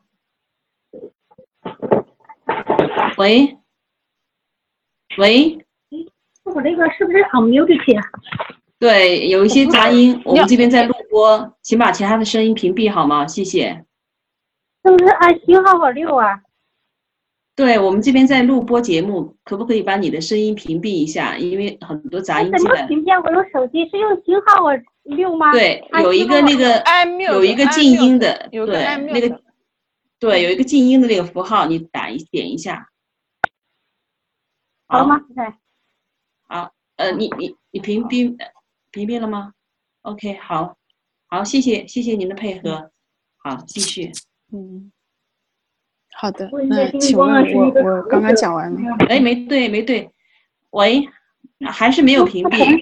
喂， 我这个是不是 unmute 啊？ 对，有一些杂音，我们这边在录播，请把其他的声音屏蔽好吗？谢谢。 是不是按星号和6啊？ 对，我们这边在录播节目，可不可以把你的声音屏蔽一下？因为很多杂音进来。 怎么屏蔽？我用手机是用星号和6吗？ 对，有一个那个有一个静音的，对，那个对，有一个静音的那个符号，你点一下。 好吗？ 好，你屏蔽了吗 ？OK， 好，谢谢您的配合，好，继续。 好的，那请问我刚刚讲完了。 哎，没对，喂，还是没有屏蔽。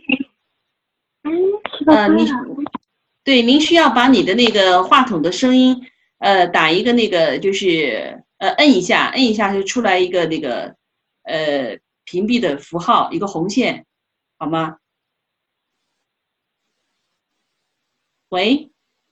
您需要把你的那个话筒的声音，打一个那个就是摁一下就出来一个那个屏蔽的符号，一个红线，好吗？喂，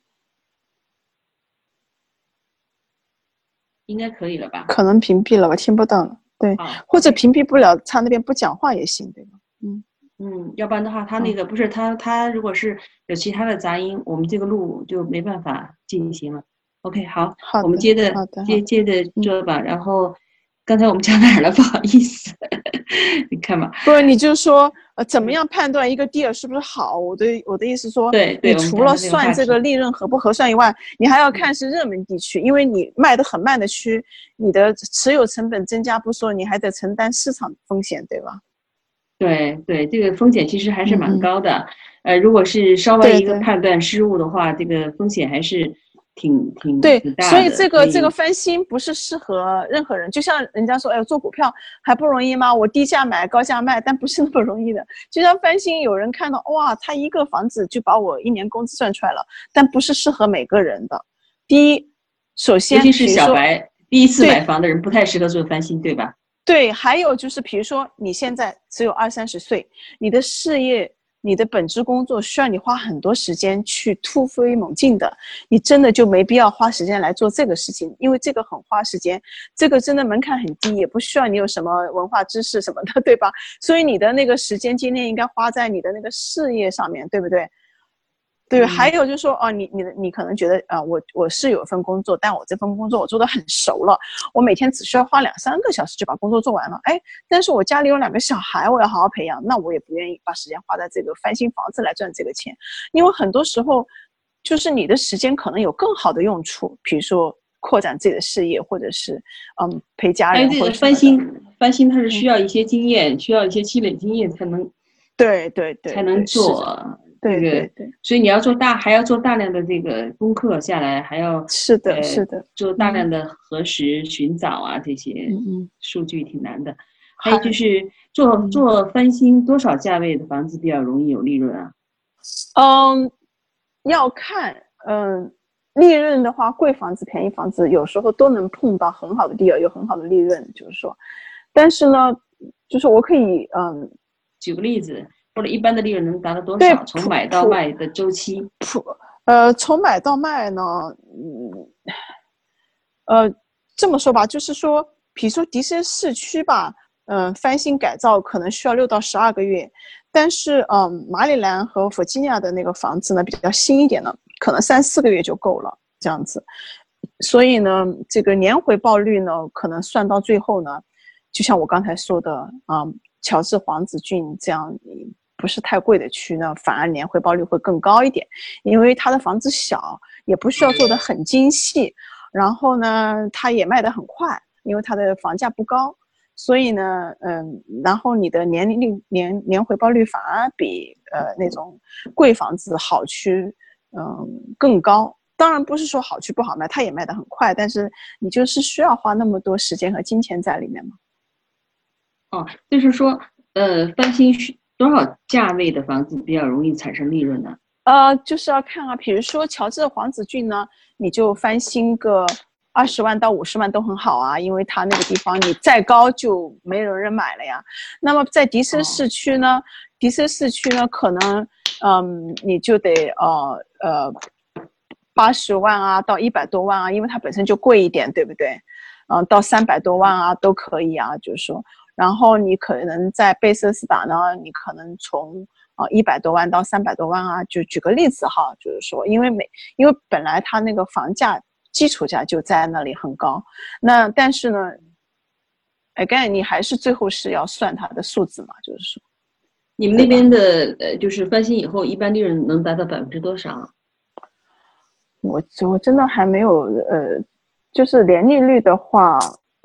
应该可以了吧？ 可能屏蔽了，我听不到了。对，或者屏蔽不了，他那边不讲话也行，对吧？ 要不然的话，他那个不是他如果是有其他的杂音，我们这个录就没办法进行了。OK， 好，我们接着说吧。然后刚才我们讲哪儿了？不好意思，你看吧。 不，你就说怎么样判断一个 deal 是不是好？我的意思说， 对， 你除了算这个利润合不合算以外，你还要看是热门地区，因为你卖得很慢的区，你的持有成本增加不说，你还得承担市场风险，对吧？ 对，这个风险其实还是蛮高的。如果是稍微一个判断失误的话，这个风险还是挺对， 大的。 所以这个翻新不是适合任何人。就像人家说，哎，做股票还不容易吗？我低价买高价卖，但不是那么容易的。就像翻新，有人看到哇，他一个房子就把我1年工资赚出来了，但不是适合每个人的。第一，首先尤其是小白第一次买房的人，不太适合做翻新，对吧？ 对，还有就是，比如说你现在只有20-30岁，你的事业、你的本职工作需要你花很多时间去突飞猛进的，你真的就没必要花时间来做这个事情，因为这个很花时间，这个真的门槛很低，也不需要你有什么文化知识什么的，对吧？所以你的那个时间今天应该花在你的那个事业上面，对不对？对，还有就是说，你可能觉得我是有一份工作，但我这份工作我做得很熟了，我每天只需要花2-3个小时就把工作做完了。哎，但是我家里有2个小孩，我要好好培养，那我也不愿意把时间花在这个翻新房子来赚这个钱，因为很多时候就是你的时间可能有更好的用处，比如说扩展自己的事业，或者是陪家人。 这个翻新它是需要一些经验，需要一些积累经验才能对才能做。 对， 所以你要还要做大量的这个功课下来，还要是的做大量的核实、寻找啊，这些数据挺难的。还有就是做翻新，多少价位的房子比较容易有利润啊？ 要看利润的话，贵房子、便宜房子有时候都能碰到很好的地，有很好的利润，就是说，但是呢，就是我可以举个例子。或者一般的利润能达到多少？从买到卖的周期？ 从买到卖呢，这么说吧，就是说， 比如说迪士尼市区吧，翻新改造可能需要6到12个月，但是马里兰和弗吉尼亚的那个房子呢比较新一点的，可能3、4个月就够了这样子。所以呢，这个年回报率呢，可能算到最后呢，就像我刚才说的乔治皇子郡这样不是太贵的区呢，反而年回报率会更高一点，因为它的房子小，也不需要做得很精细，然后呢，它也卖得很快，因为它的房价不高，所以呢，然后你的年回报率反而比那种贵房子好区更高。当然不是说好区不好卖，它也卖得很快，但是你就是需要花那么多时间和金钱在里面嘛。 就是说，翻新多少价位的房子比较容易产生利润呢？ 就是要看啊，比如说乔治皇子郡呢，你就翻新个20万到50万都很好啊，因为它那个地方你再高就没有人买了呀。那么在迪士市区呢，可能你就得80万啊到100多万啊，因为它本身就贵一点，对不对？到300多万啊都可以啊，就是说，然后你可能在贝瑟斯达呢，你可能从100多万到300多万啊，就举个例子哈，就是说，因为本来它那个房价基础价就在那里很高，那但是呢，again 你还是最后是要算它的数字嘛，就是说， 你们那边的就是翻新以后，一般利润能达到多少？ 我真的还没有就是年利率的话，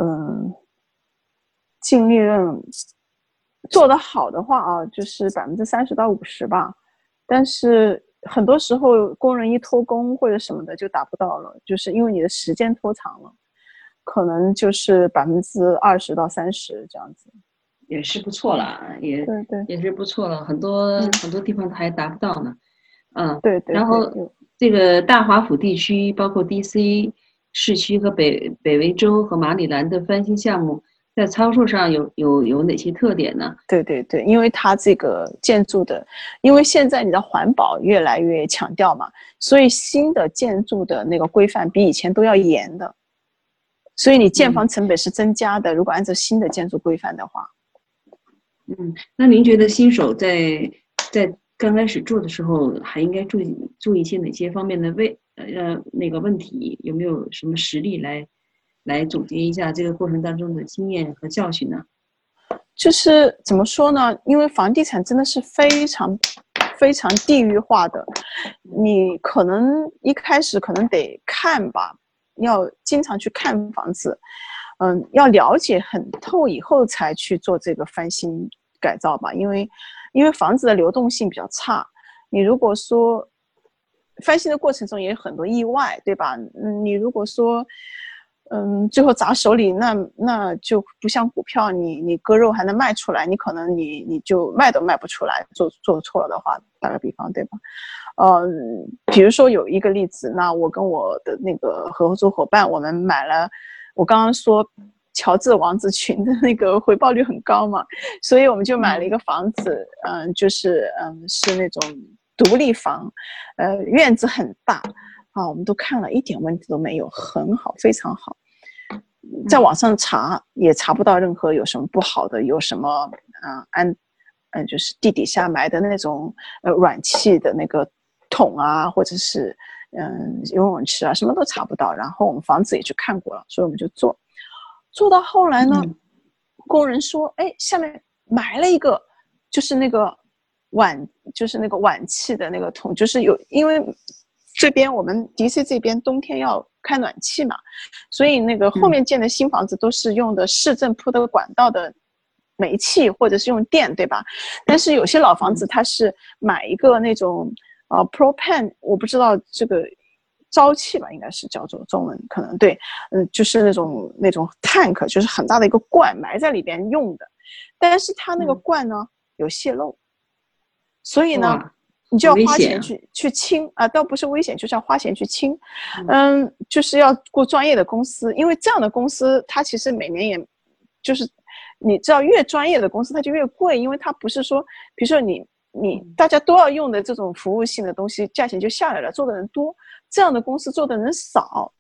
净利润做得好的话啊，就是30%到50%吧。但是很多时候工人一偷工或者什么的就达不到了，就是因为你的时间拖长了，可能就是20%到30%这样子。 也是不错了，也是不错了，很多地方还达不到呢。 对。 然后这个大华府地区，包括 DC 市区和北维州和马里兰的翻新项目，在操作上有哪些特点呢？ 对，因为它这个建筑的，因为现在你的环保越来越强调嘛，所以新的建筑的那个规范比以前都要严的，所以你建房成本是增加的。如果按照新的建筑规范的话， 那您觉得新手在刚开始做的时候，还应该注意一些哪些方面的那个问题？有没有什么实例来总结一下这个过程当中的经验和教训呢？ 就是怎么说呢？因为房地产真的是非常非常地域化的，你可能一开始可能得看吧，要经常去看房子，要了解很透以后才去做这个翻新改造吧，因为房子的流动性比较差，你如果说翻新的过程中也有很多意外，对吧？你如果说最后砸手里，那就不像股票，你割肉还能卖出来，你可能你就卖都卖不出来，做错了的话，打个比方，对吧？比如说有一个例子，那我跟我的那个合作伙伴，我们买了，我刚刚说乔治王子群的那个回报率很高嘛，所以我们就买了一个房子，是那种独立房，院子很大。我们都看了，一点问题都没有，很好，非常好。在网上查也查不到任何有什么不好的，有什么就是地底下埋的那种软气的那个桶啊，或者是游泳池啊，什么都查不到。然后我们房子也去看过了，所以我们就做到后来呢，工人说，下面埋了一个，就是那个碗气的那个桶，就是因为这边我们迪C这边冬天要开暖气嘛，所以那个后面建的新房子都是用的市政铺的管道的煤气或者是用电，对吧？但是有些老房子它是买一个那种propane， 我不知道这个沼气吧，应该是叫做中文，可能对，就是那种 tank， 就是很大的一个罐埋在里边用的，但是它那个罐呢有泄漏，所以呢你就要花钱去清啊，倒不是危险，就是要花钱去清，就是要雇专业的公司，因为这样的公司它其实每年也就是你知道越专业的公司它就越贵，因为它不是说比如说你大家都要用的这种服务性的东西价钱就下来了，做的人多，这样的公司做的人少，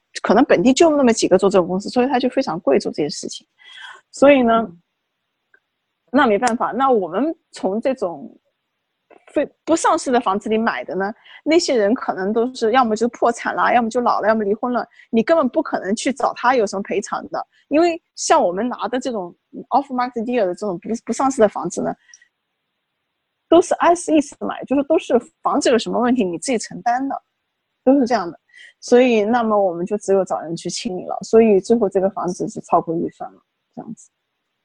可能本地就那么几个做这种公司，所以它就非常贵做这些事情。所以呢，那没办法，那我们从这种不上市的房子里买的呢，那些人可能都是要么就破产了，要么就老了，要么离婚了，你根本不可能去找他有什么赔偿的。因为像我们拿的这种 off market deal 的这种不上市的房子呢，都是 as is 买，就是都是房子有什么问题你自己承担的，都是这样的。所以那么我们就只有找人去清理了，所以最后这个房子是超过预算了，这样子。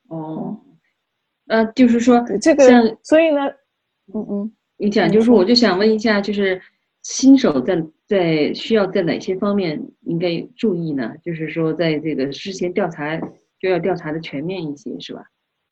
就是说这个，所以呢， 你讲就是我就想问一下，就是新手在需要在哪些方面应该注意呢？就是说在这个事前调查就要调查的全面一些，是吧？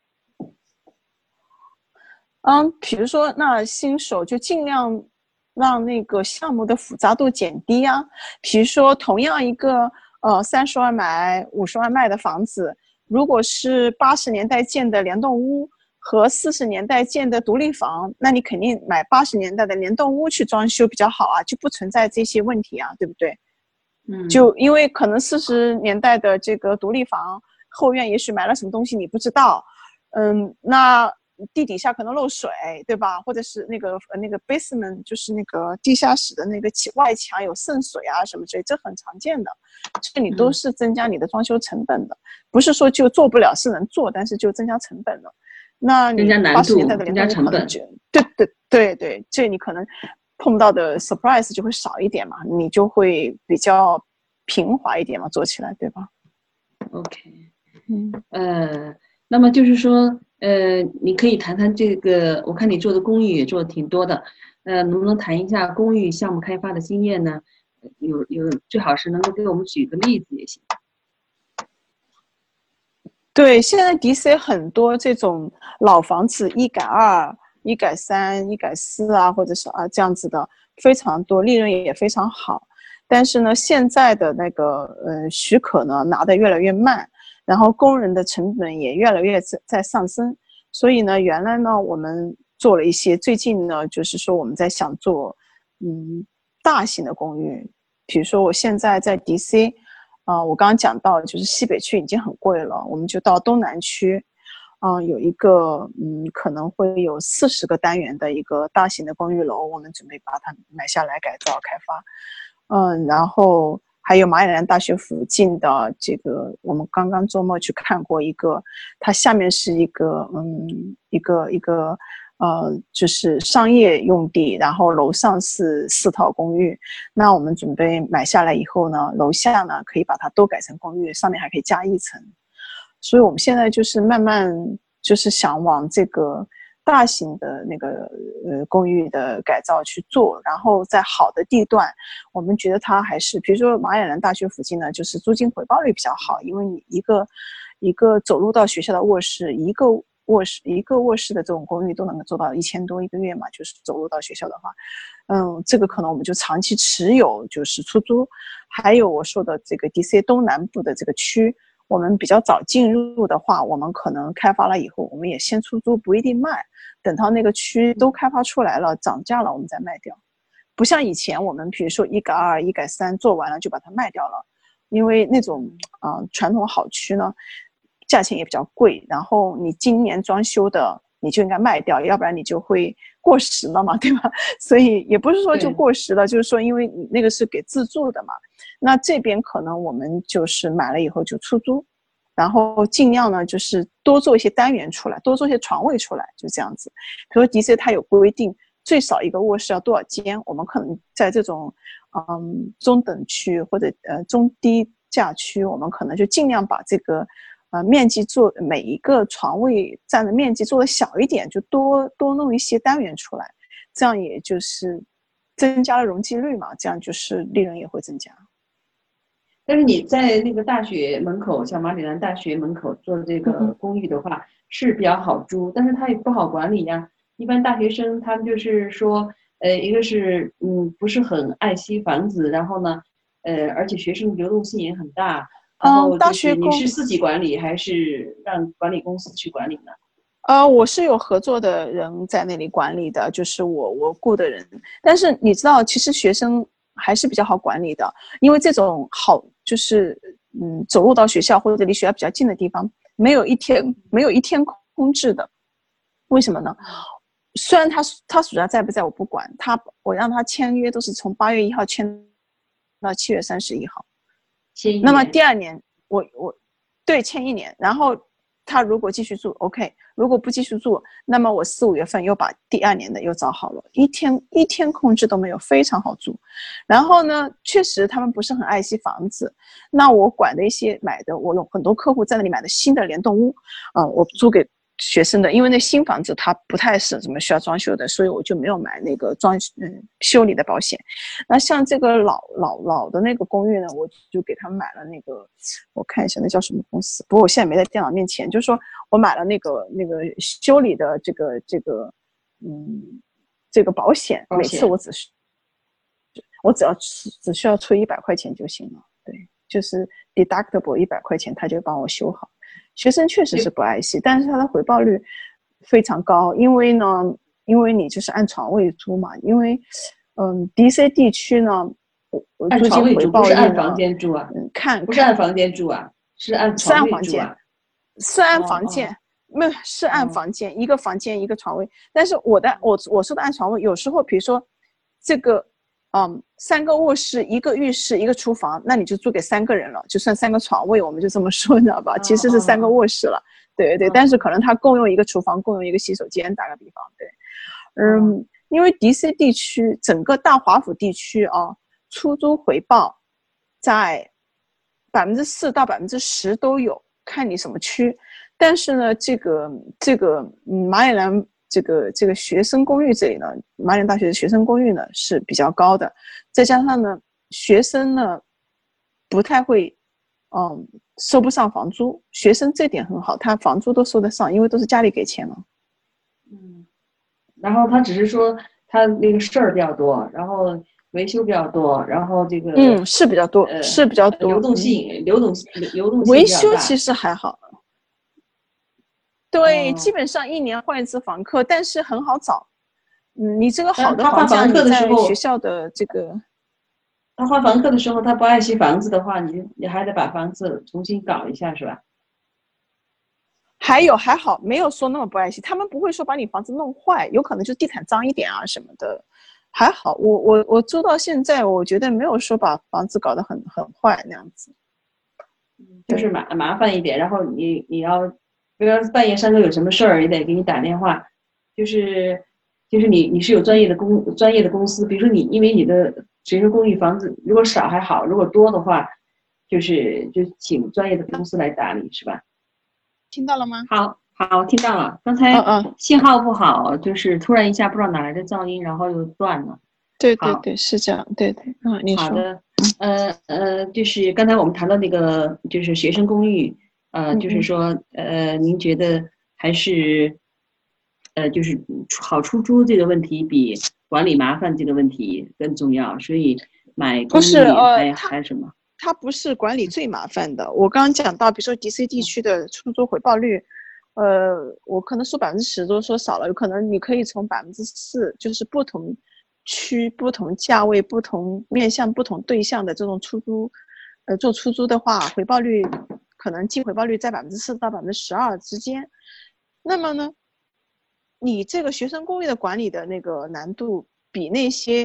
比如说那新手就尽量让那个项目的复杂度减低啊。比如说同样一个30万买50万卖的房子，如果是80年代建的联动屋和40年代建的独立房，那你肯定买80年代的联动屋去装修比较好啊，就不存在这些问题啊，对不对？就因为可能40年代的这个独立房后院也许埋了什么东西你不知道，那地底下可能漏水，对吧？或者是那个 basement 就是那个地下室的那个外墙有渗水啊什么之类，这很常见的，这你都是增加你的装修成本的，不是说就做不了，是能做，但是就增加成本了。那你80年代的联动屋可能就对，这你可能碰到的 surprise 就会少一点嘛，你就会比较平滑一点嘛，做起来，对吧 ？OK， 那么就是说，你可以谈谈这个，我看你做的公寓也做的挺多的，能不能谈一下公寓项目开发的经验呢？有最好是能够给我们举个例子也行。 对，现在 DC 很多这种老房子1改2、1改3、1改4啊，或者是这样子的非常多，利润也非常好。但是呢，现在的那个许可呢拿得越来越慢，然后工人的成本也越来越在上升。所以呢，原来呢我们做了一些，最近呢就是说我们在想做大型的公寓，比如说我现在在 DC。我刚刚讲到就是西北区已经很贵了，我们就到东南区，有一个可能会有40个单元的一个大型的公寓楼，我们准备把它买下来改造开发。然后还有马里兰大学附近的这个，我们刚刚周末去看过一个，它下面是一个就是商业用地，然后楼上是4套公寓。那我们准备买下来以后呢，楼下呢可以把它都改成公寓，上面还可以加1层。所以我们现在就是慢慢就是想往这个大型的那个公寓的改造去做，然后在好的地段，我们觉得它还是，比如说马里兰大学附近呢，就是租金回报率比较好，因为你一个走路到学校的卧室，一个卧室的这种公寓都能够做到1000多一个月嘛，就是走路到学校的话，这个可能我们就长期持有，就是出租。还有我说的这个 DC 东南部的这个区，我们比较早进入的话，我们可能开发了以后，我们也先出租，不一定卖，等到那个区都开发出来了，涨价了，我们再卖掉。不像以前我们比如说1改2、1改3做完了就把它卖掉了，因为那种传统好区呢，价钱也比较贵，然后你今年装修的你就应该卖掉，要不然你就会过时了嘛，对吧？所以也不是说就过时了，就是说因为你那个是给自住的嘛，那这边可能我们就是买了以后就出租，然后尽量呢就是多做一些单元出来，多做一些床位出来，就这样子。比如说 DC 它有规定最少一个卧室要多少间，我们可能在这种中等区或者中低价区，我们可能就尽量把这个面积做每一个床位占的面积做的小一点，就多弄一些单元出来，这样也就是增加了容积率嘛，这样就是利润也会增加。 但是你在那个大学门口，像马里兰大学门口做这个公寓的话，是比较好租，但是它也不好管理呀。一般大学生他们就是说，一个是不是很爱惜房子，然后呢，而且学生流动性也很大。然后就是你是自己管理还是让管理公司去管理呢？ 我是有合作的人在那里管理的，就是我雇的人。但是你知道，其实学生还是比较好管理的，因为这种就是走路到学校或者离学校比较近的地方，没有一天空置的。为什么呢？虽然他暑假在不在我不管，我让他签约都是从8月1号签到7月31号。那么第2年我对签1年，然后他如果继续住 OK， 如果不继续住，那么我4、5月份又把第2年的又找好了，一天空置都没有，非常好住。然后呢，确实他们不是很爱惜房子，那我管的一些买的，我有很多客户在那里买的新的联动屋，我租给学生的，因为那新房子它不太是怎么需要装修的，所以我就没有买那个修理的保险。那像这个老的那个公寓呢，我就给他们买了那个，我看一下那叫什么公司，不过我现在没在电脑面前，就是说我买了那个修理的这个保险，每次我只需要出100块钱就行了，对，就是 deductible 100块钱，他就帮我修好。学生确实是不爱惜，但是它的回报率非常高，因为你就是按床位租嘛，因为DC 地区呢， 按床位租不是按房间住啊，不是按房间住啊，是按床位住啊， 是按房间，没有是按房间，一个房间一个床位，但是我说的按床位，有时候比如说这个3个卧室1个浴室1个厨房，那你就租给3个人了，就算3个床位，我们就这么说，你知道吧？其实是3个卧室了，对，但是可能他共用1个厨房，共用1个洗手间，打个比方，对，因为 DC 地区整个大华府地区出租回报在4%到10%都有，看你什么区。但是呢，这个马里兰这个学生公寓这里呢，马里兰大学的学生公寓呢是比较高的，再加上呢，学生呢不太会，收不上房租。学生这点很好，他房租都收得上，因为都是家里给钱了。 然后他只是说他那个事儿比较多，然后维修比较多，然后这个是比较多，是比较多， 流动性维修其实还好。对，基本上1年换1次房客，但是很好找。你这个好的房价，你在学校的这个， 他换房客的时候，他不爱惜房子的话，你还得把房子重新搞一下，是吧？ 还好，没有说那么不爱惜，他们不会说把你房子弄坏，有可能就地毯脏一点啊什么的。还好，我租到现在，我觉得没有说把房子搞得很坏那样子， 就是麻烦一点。然后你要，比如半夜3更有什么事儿，也得给你打电话。就是你是有专业的公司，比如说因为你的学生公寓房子如果少还好，如果多的话，就请专业的公司来打理，是吧？ 听到了吗？ 好，听到了。刚才信号不好，就是突然一下不知道哪来的噪音，然后又断了。 对，是这样。对，你说。 好的，就是刚才我们谈到那个就是学生公寓，就是说您觉得还是就是好出租这个问题比管理麻烦这个问题更重要，所以买公寓还什么？ 它不是管理最麻烦的。我刚刚讲到，比如说 DC 地区的出租回报率，我可能说10%都说少了，有可能你可以从4%，就是不同区、不同价位、不同面向、不同对象的这种出租，做出租的话，回报率可能净回报率在4%到12%之间。那么呢，你这个学生公寓的管理的那个难度比那些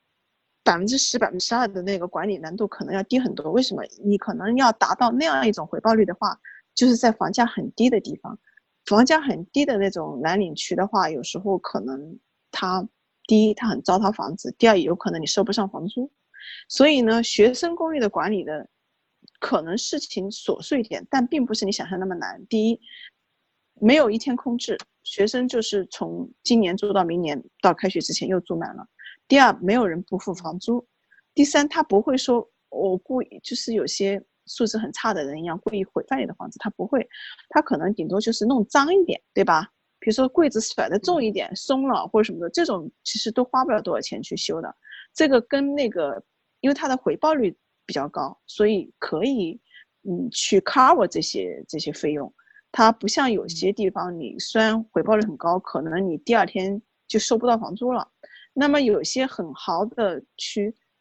10%、12%的那个管理难度可能要低很多。为什么？你可能要达到那样一种回报率的话，就是在房价很低的地方，房价很低的那种蓝领区的话，有时候可能第一它很糟蹋房子，第二也有可能你收不上房租。所以呢，学生公寓的管理的可能事情琐碎一点，但并不是你想象那么难。第一，没有一天空置，学生就是从今年住到明年，到开学之前又住满了。第二，没有人不付房租。第三，他不会说我故意，就是有些素质很差的人一样故意毁坏你的房子，他不会，他可能顶多就是弄脏一点，对吧？比如说柜子甩得重一点，松了或者什么的，这种其实都花不了多少钱去修的。这个跟那个，因为它的回报率比较高，所以可以去 cover 这些费用。它不像有些地方，你虽然回报率很高，可能你第2天就收不到房租了。那么有些很好的区，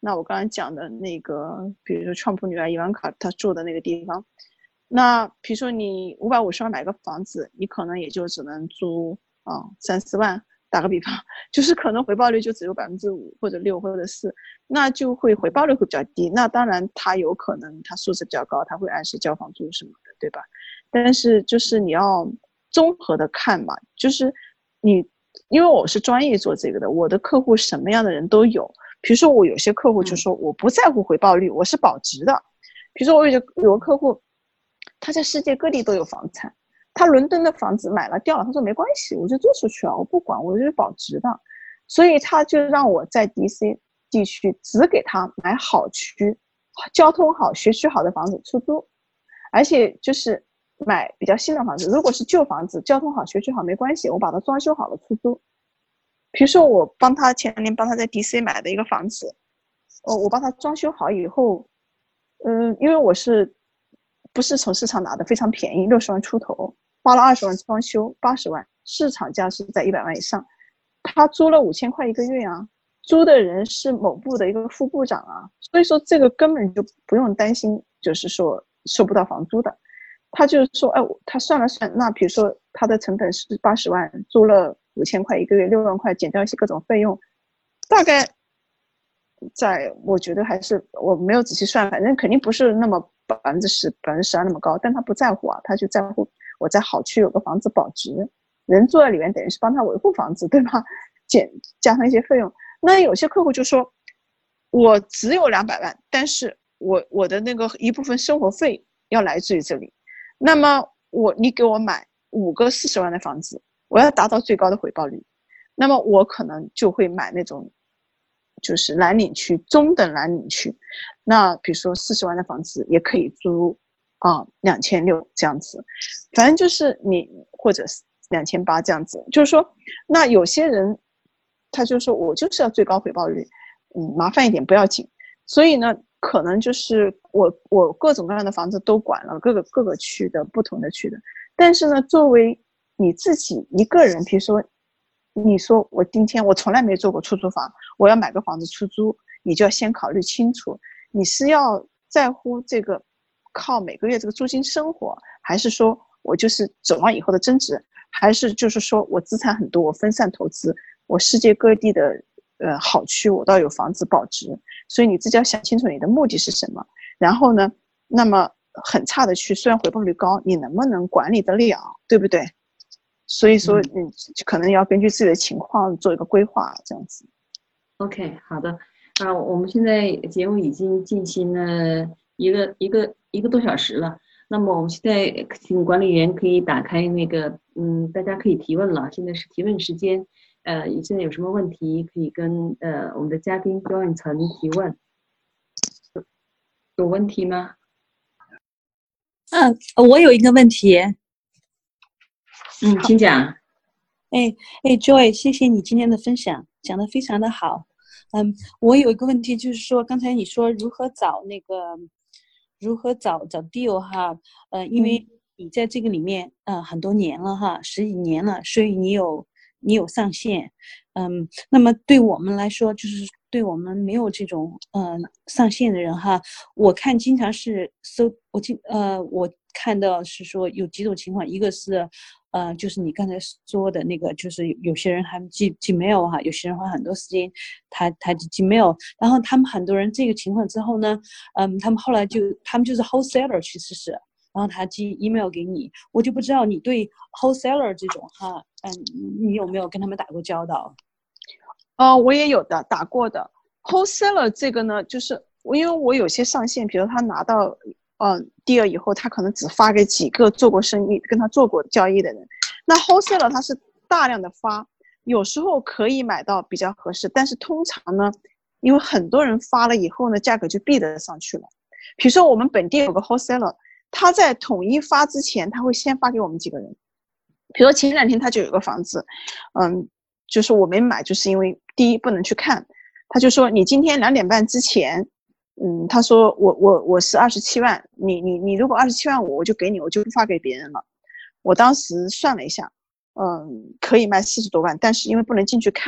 那我刚才讲的那个，比如说川普女儿伊万卡她住的那个地方，那比如说你550万买个房子，你可能也就只能租3-4万，打个比方，就是可能回报率就只有5%或者6%或者4%，那就会回报率会比较低。那当然他有可能他素质比较高，他会按时交房租什么的，对吧？但是就是你要综合的看嘛，就是因为我是专业做这个的，我的客户什么样的人都有。比如说我有些客户就说我不在乎回报率，我是保值的。比如说我有个客户，他在世界各地都有房产，他伦敦的房子买了掉了，他说没关系，我就租出去啊，我不管，我就是保值的。所以他就让我在 DC 地区只给他买好区、交通好、学区好的房子出租，而且就是买比较新的房子，如果是旧房子，交通好、学区好没关系，我把它装修好了出租。比如说我前年帮他在 DC 买的一个房子，我帮他装修好以后，因为我不是从市场拿的，非常便宜，60万出头，花了20万装修，80万，市场价是在100万以上，他租了5000块一个月啊，租的人是某部的一个副部长啊，所以说这个根本就不用担心，就是说收不到房租的。他就说，哎，他算了算，那比如说他的成本是80万，租了5000块一个月，6万块减掉一些各种费用，大概我觉得还是我没有仔细算，反正肯定不是那么10%、12%那么高，但他不在乎啊，他就在乎我在好区有个房子保值，人住在里面等于是帮他维护房子，对吧？加上一些费用。那有些客户就说，我只有200万，但是我的那个一部分生活费要来自于这里。那么你给我买5个40万的房子，我要达到最高的回报率，那么我可能就会买那种就是蓝领区、中等蓝领区。那比如说40万的房子也可以租2600这样子，反正就是你或者2800这样子。就是说，那有些人他就说我就是要最高回报率，麻烦一点不要紧。所以呢，可能就是我各种各样的房子都管了，各个区的不同的区的。但是呢，作为你自己一个人，比如说你说我今天我从来没做过出租房，我要买个房子出租，你就要先考虑清楚，你是要在乎这个靠每个月这个租金生活，还是说我就是指望以后的增值，还是就是说我资产很多，我分散投资，我世界各地的好区我倒有房子保值。所以你自己要想清楚你的目的是什么，然后呢，那么很差的区虽然回报率高，你能不能管理得了，对不对？所以说你可能要根据自己的情况做一个规划，这样子。 OK， 好的。我们现在节目已经进行了一个多小时了。那么我们现在请管理员可以打开那个大家可以提问了，现在是提问时间。你现在有什么问题可以跟我们的嘉宾周暗岑提问？有问题吗？ 我有一个问题。 请讲。 Joy， 谢谢你今天的分享，讲得非常的好。我有一个问题，就是说刚才你说如何找deal 哈，因为你在这个里面很多年了哈，10几年了，所以你有上线。那么对我们来说，就是对我们没有这种上线的人哈，我看经常是我看到是说有几种情况，一个是就是你刚才说的那个，就是有些人还寄 mail 哈，有些人花很多时间他寄 mail， 然后他们很多人这个情况之后呢，他们后来他们就是 wholesaler 去试试，然后他寄 email 给你，我就不知道你对 wholesaler 这种哈，你有没有跟他们打过交道？ 我也有的打过的 wholesaler 这个呢，就是因为我有些上线，比如他拿到deal 以后，他可能只发给几个做过生意、跟他做过交易的人。那 wholesaler 他是大量的发，有时候可以买到比较合适，但是通常呢，因为很多人发了以后呢，价格就逼得上去了。比如说我们本地有个 wholesaler， 他在统一发之前，他会先发给我们几个人。比如说前2天他就有个房子，就是我没买，就是因为第一不能去看，他就说你今天2点半之前。他说我是27万，你如果27万我就给你，我就不发给别人了。我当时算了一下，可以卖40多万，但是因为不能进去看，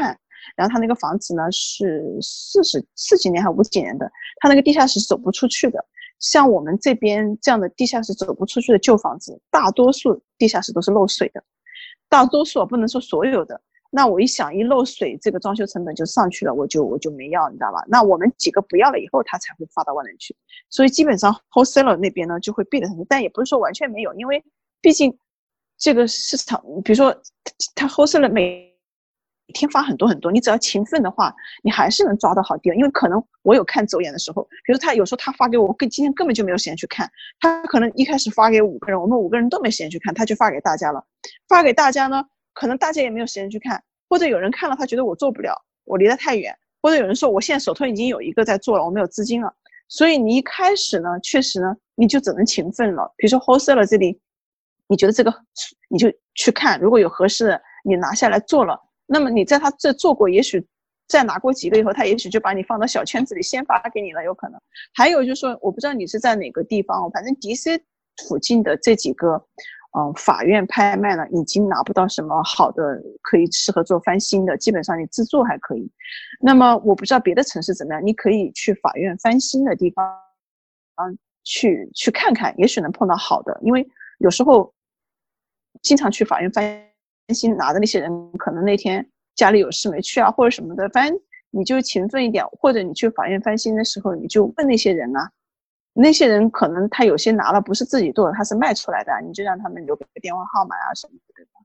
然后他那个房子呢是四几年还50几年的，他那个地下室走不出去的。像我们这边这样的地下室走不出去的旧房子，大多数地下室都是漏水的，大多数不能说所有的。那我一想，一漏水，这个装修成本就上去了，我就没要，你知道吧？那我们几个不要了以后，他才会发到外面去。所以基本上 wholesaler 那边呢就会避得很，但也不是说完全没有，因为毕竟这个市场，比如说他 wholesaler 每天发很多很多，你只要勤奋的话，你还是能抓到好地方。因为可能我有看走眼的时候，比如他有时候他发给我，今天根本就没有时间去看，他可能一开始发给5个人，我们5个人都没时间去看，他就发给大家了。发给大家呢，可能大家也没有时间去看，或者有人看了他觉得我做不了，我离得太远，或者有人说我现在手头已经有一个在做了，我没有资金了。所以你一开始呢，确实呢，你就只能勤奋了。比如说 wholesaler 这里，你觉得这个你就去看，如果有合适的，你拿下来做了。那么你在他这做过，也许再拿过几个以后，他也许就把你放到小圈子里先发给你了，有可能。还有就是说，我不知道你是在哪个地方，反正 DC 附近的这几个法院拍卖呢，已经拿不到什么好的可以适合做翻新的，基本上你自住还可以。那么我不知道别的城市怎么样，你可以去法院翻新的地方去看看，也许能碰到好的。因为有时候经常去法院翻新拿的那些人，可能那天家里有事没去啊，或者什么的，反正你就勤奋一点，或者你去法院翻新的时候，你就问那些人啊，那些人可能他有些拿了不是自己做的，他是卖出来的，你就让他们留个电话号码啊什么的，对吧？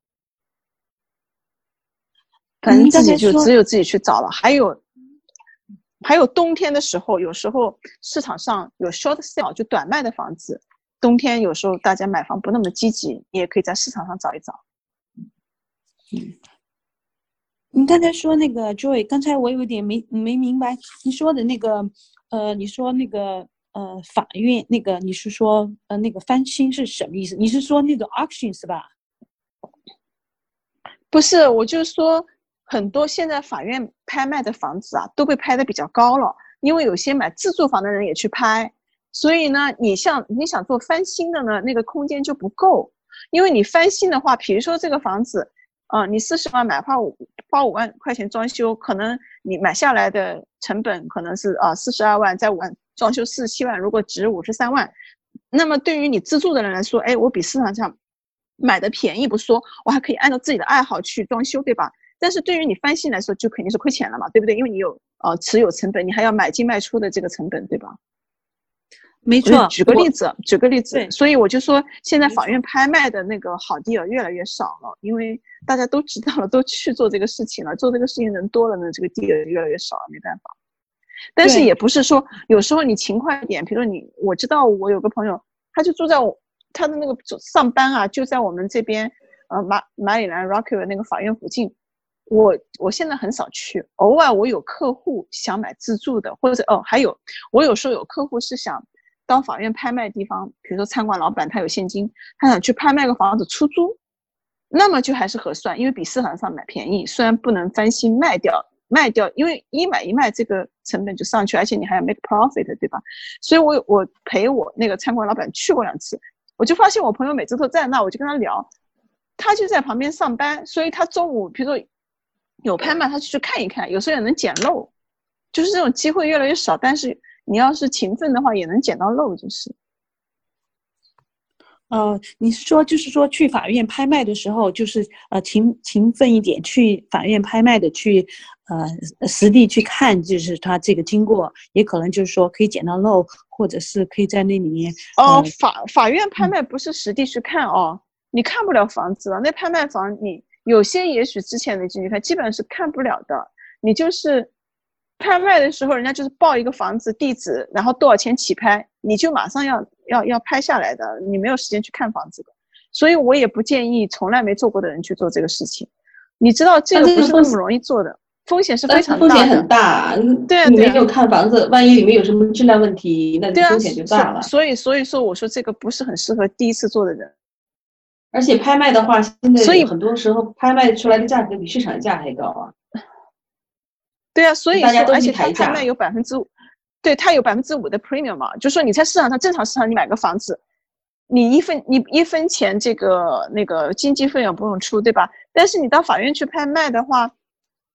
反正自己就只有自己去找了。还有冬天的时候，有时候市场上有 short sale 就短卖的房子，冬天有时候大家买房不那么积极，你也可以在市场上找一找。 你刚才说那个 Joy， 刚才我有点没明白你说的那个你说那个法院那个你是说那个翻新是什么意思？你是说那个 auction 是吧？ 不是，我就说很多现在法院拍卖的房子啊都被拍得比较高了，因为有些买自住房的人也去拍，所以呢你想做翻新的呢，那个空间就不够。因为你翻新的话，比如说这个房子你40万买，花5万块钱装修，可能你买下来的成本可能是42万，再5万装修47万，如果值53万，那么对于你自住的人来说，哎，我比市场上买的便宜不说，我还可以按照自己的爱好去装修，对吧？但是对于你翻新来说，就肯定是亏钱了嘛，对不对？因为你有持有成本，你还要买进卖出的这个成本，对吧？ 没错。 举个例子，所以我就说现在法院拍卖的那个好地儿越来越少了，因为大家都知道了，都去做这个事情了，做这个事情人多了呢，这个地儿越来越少了，没办法。但是也不是说有时候你勤快一点，比如说我知道我有个朋友，他就住在他的那个上班啊，就在我们这边马里兰 Rockville 那个法院附近。我现在很少去，偶尔我有客户想买自住的，或者还有我有时候有客户是想到法院拍卖地方，比如说餐馆老板他有现金，他想去拍卖个房子出租，那么就还是合算，因为比市场上买便宜，虽然不能翻新卖掉，因为一买一卖这个成本就上去，而且你还要 make profit， 对吧？所以我陪我那个餐馆老板去过2次，我就发现我朋友每次都在那，我就跟他聊，他就在旁边上班，所以他中午比如说有拍卖他就去看一看，有时候也能捡漏，就是这种机会越来越少，但是你要是勤奋的话也能捡到漏，就是你是说就是说去法院拍卖的时候，就是勤奋一点，去法院拍卖的去实地去看，就是他这个经过，也可能就是说可以捡到漏，或者是可以在那里面法院拍卖不是实地去看你看不了房子了，那拍卖房你有些也许之前的进去看，基本上是看不了的。你就是拍卖的时候，人家就是报一个房子地址，然后多少钱起拍，你就马上要拍下来的，你没有时间去看房子的。所以我也不建议从来没做过的人去做这个事情。你知道这个不是那么容易做的，风险是非常大的。 风险很大， 对啊， 你没有看房子，万一里面有什么质量问题，那你风险就大了。 所以说我说这个不是很适合第一次做的人。 而且拍卖的话，现在很多时候拍卖出来的价格比市场价还高啊。 对啊，所以说，而且它拍卖有5%，对，它有5%的 premium 嘛，就是说你在市场上正常市场你买个房子，你一分钱这个那个经纪费用不用出，对吧？但是你到法院去拍卖的话，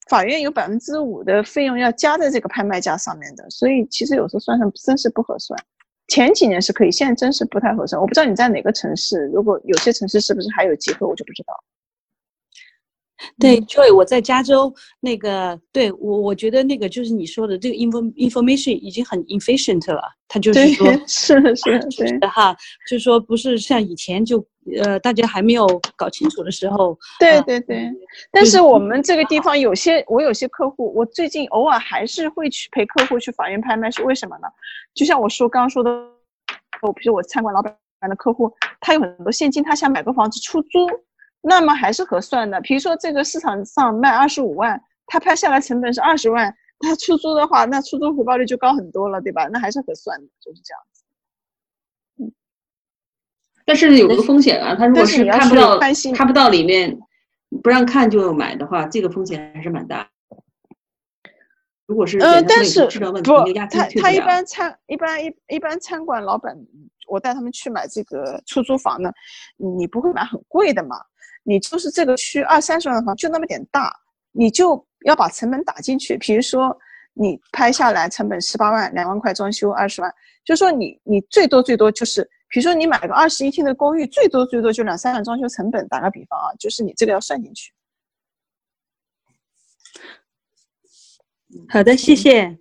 法院有5%的费用要加在这个拍卖价上面的，所以其实有时候算上真是不合算。前几年是可以，现在真是不太合算。我不知道你在哪个城市，如果有些城市是不是还有机会，我就不知道。 对，Joy，我在加州那个，对我觉得那个就是你说的这个 information 已经很 efficient 了，它就是说是对哈，就是说不是像以前就大家还没有搞清楚的时候， 对。但是我们这个地方我有些客户，我最近偶尔还是会去陪客户去法院拍卖，是为什么呢？就像我刚刚说的，比如我餐馆老板的客户，他有很多现金，他想买个房子出租。那么还是合算的，比如说这个市场上卖25万，他拍下来成本是20万，他出租的话，那出租回报率就高很多了，对吧？那还是合算的，就是这样子。 但是有个风险啊，他如果是看不到里面，不让看就买的话，这个风险还是蛮大。如果是但是不，他一般餐馆老板，我带他们去买这个出租房呢，你不会买很贵的嘛。你就是这个区20-30万的房就那么点大，你就要把成本打进去。比如说你拍下来成本18万，2万块装修20万，就说你最多就是，比如说你买个21厅的公寓，最多就2-3万装修成本，打个比方啊，就是你这个要算进去。 好的，谢谢。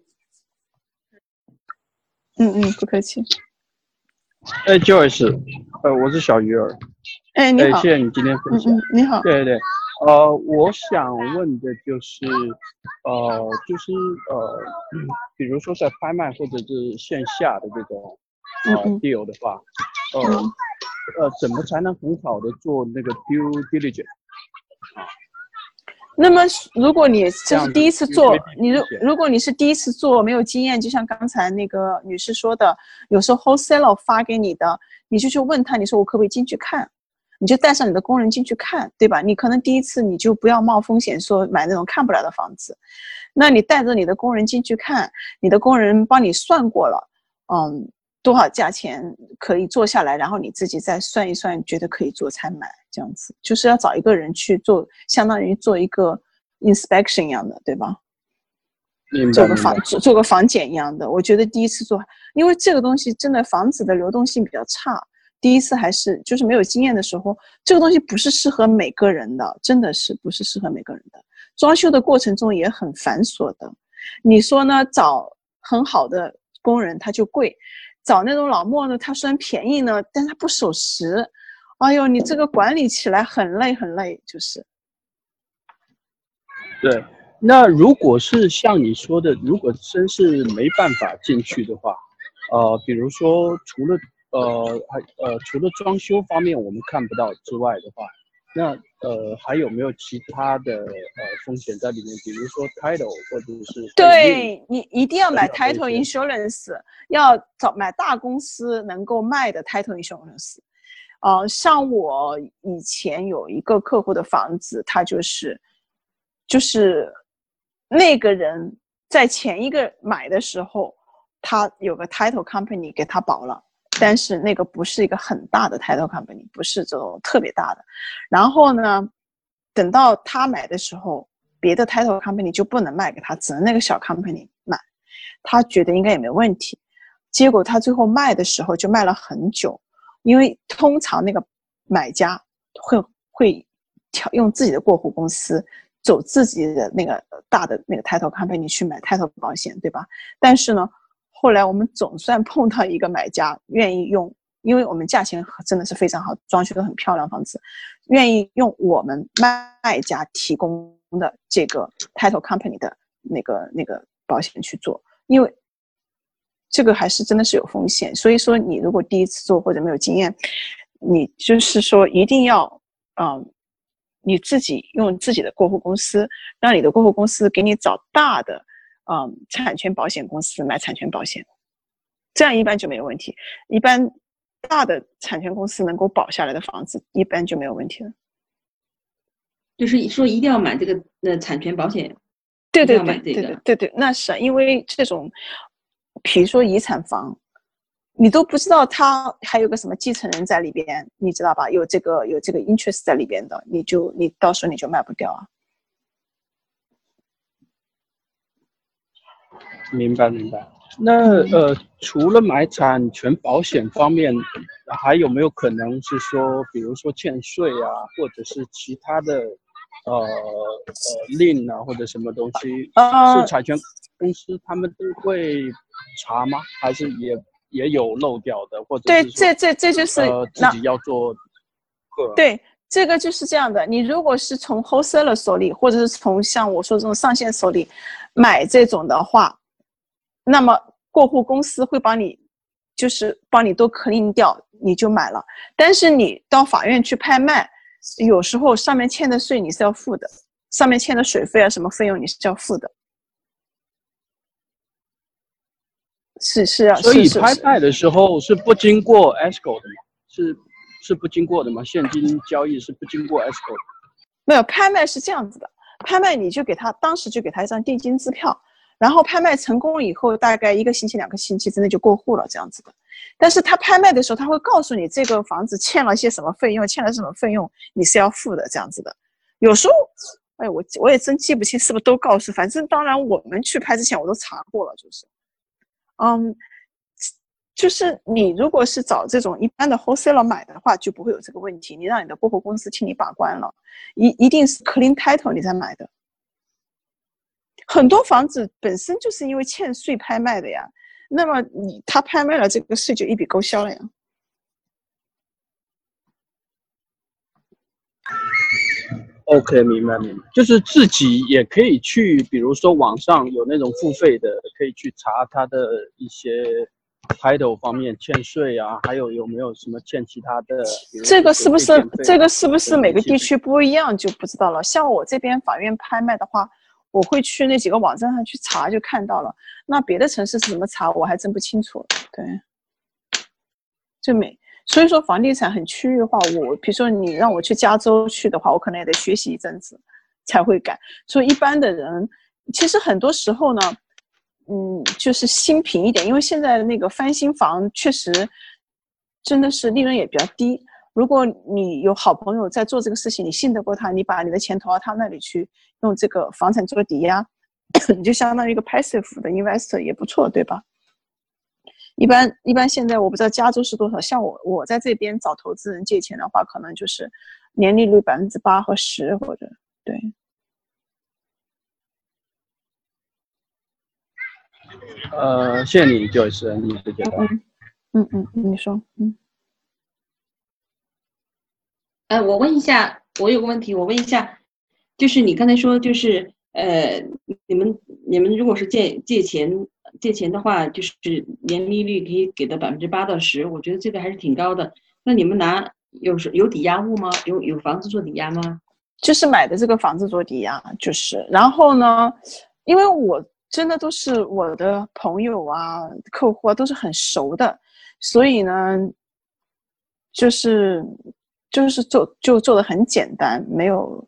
不客气。 Joyce，我是小鱼儿。 你好。 谢谢你今天分享。 你好。 对，我想问的就是，比如说在拍卖或者是线下的这种deal 的话，怎么才能很好的做那个 due diligence？ 那么如果你这是第一次做，如果你是第一次做没有经验，就像刚才那个女士说的，有时候 wholesaler 发给你的，你就去问他，你说我可不可以进去看，你就带上你的工人进去看，对吧？你可能第一次你就不要冒风险说买那种看不了的房子，那你带着你的工人进去看，你的工人帮你算过了，多少价钱可以做下来，然后你自己再算一算，觉得可以做才买，这样子就是要找一个人去做，相当于做一个 inspection 一样的，对吧？做个房检一样的。我觉得第一次做，因为这个东西真的房子的流动性比较差，第一次还是就是没有经验的时候，这个东西不是适合每个人的，真的是不是适合每个人的。装修的过程中也很繁琐的，你说呢？找很好的工人他就贵。找那种老墨呢，他虽然便宜呢，但他不守时，哎呦，你这个管理起来很累，就是。 对，那如果是像你说的，如果真是没办法进去的话，比如说除了装修方面我们看不到之外的话，那还有没有其他的风险在里面？比如说 title 或者是对，你一定要买 title insurance， 要买大公司能够卖的 title insurance。像我以前有一个客户的房子，他就是那个人在前一个买的时候，他有个 title company 给他保了。但是那个不是一个很大的 title company， 不是这种特别大的。然后呢，等到他买的时候，别的 title company 就不能卖给他，只能那个小 company 买。他觉得应该也没问题，结果他最后卖的时候就卖了很久，因为通常那个买家会用自己的过户公司，走自己的那个大的那个 title company 去买 title 保险，对吧？但是呢，后来我们总算碰到一个买家愿意用，因为我们价钱真的是非常好，装修的很漂亮房子，愿意用我们卖家提供的这个 title company 的那个保险去做，因为这个还是真的是有风险。所以说你如果第一次做或者没有经验，你就是说一定要你自己用自己的过户公司，让你的过户公司给你找大的产权保险公司买产权保险，这样一般就没有问题。一般大的产权公司能够保下来的房子，一般就没有问题了。 就是说一定要买这个产权保险。 对，那是因为这种，比如说遗产房，你都不知道他还有个什么继承人在里边，你知道吧？有这个 interest 在里边的，你到时候你就卖不掉啊。 明白明白。那除了买产权保险方面，还有没有可能是说，比如说欠税啊，或者是其他的令啊，或者什么东西，是产权公司他们都会查吗？还是也有漏掉的，或者是说这就是自己要做对。这个就是这样的，你如果是从 wholesaler 手里，或者是从像我说这种上线手里买这种的话，那么过户公司会帮你，就是帮你都 clean 掉，你就买了。但是你到法院去拍卖，有时候上面欠的税你是要付的，上面欠的水费啊什么费用你是要付的。是啊。 所以拍卖的时候是不经过 escrow 的吗？是不经过的吗？现金交易是不经过 escrow 的？ 没有，拍卖是这样子的，拍卖你就给他当时就给他一张定金支票，然后拍卖成功以后大概1个星期2个星期之内就过户了这样子的。但是他拍卖的时候他会告诉你这个房子欠了些什么费用，欠了什么费用你是要付的这样子的。有时候我也真记不清是不是都告诉，反正当然我们去拍之前我都查过了，就是你如果是找这种一般的 wholesaler 买的话就不会有这个问题，你让你的过户公司替你把关了，一定是 clean title 你才买的。很多房子本身就是因为欠税拍卖的呀，那么他拍卖了这个税就一笔勾销了呀。 OK， 明白。就是自己也可以去，比如说网上有那种付费的，可以去查他的一些 title 方面欠税啊，还有没有什么欠其他的。 这个是不是每个地区不一样就不知道了。像我这边法院拍卖的话，我会去那几个网站上去查就看到了。那别的城市是怎么查，我还真不清楚。对，所以说房地产很区域化，比如说你让我去加州去的话，我可能也得学习一阵子才会改。所以一般的人其实很多时候呢就是心平一点，因为现在那个翻新房确实真的是利润也比较低。如果你有好朋友在做这个事情，你信得过他，你把你的钱投到他那里去，用这个房产做抵押，你就相当于一个 passive 的 investor 也不错，对吧？一般现在我不知道加州是多少，像我在这边找投资人借钱的话，可能就是年利率8%和10%，或者对。 谢谢你，Joyce，你的解答。 你说。 我问一下，我有个问题，我问一下，就是你刚才说，就是你们如果是借钱的话，就是年利率可以给到8%到10%，我觉得这个还是挺高的。那你们有抵押物吗？有房子做抵押吗？ 就是买的这个房子做抵押，就是。然后呢，因为我真的都是我的朋友啊、客户啊都是很熟的，所以呢，就是做的很简单，没有，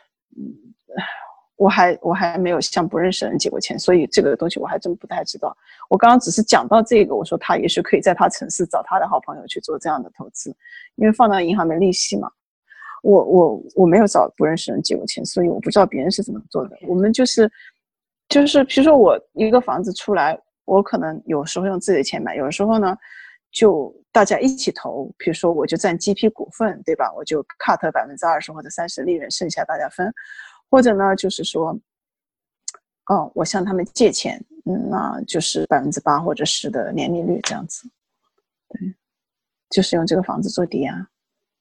我还没有向不认识的人借过钱，所以这个东西我还真不太知道。我刚刚只是讲到这个，我说他也许可以在他城市找他的好朋友去做这样的投资，因为放到银行没利息嘛。我没有找不认识的人借过钱，所以我不知道别人是怎么做的。我们就是比如说我一个房子出来，我可能有时候用自己的钱买，有的时候呢就大家一起投，比如说我就占 GP 股份，对吧？我就 cut 20%或者30%利润，剩下大家分。或者呢就是说我向他们借钱，那就是8%或者10%的年利率这样子。对，就是用这个房子做抵押。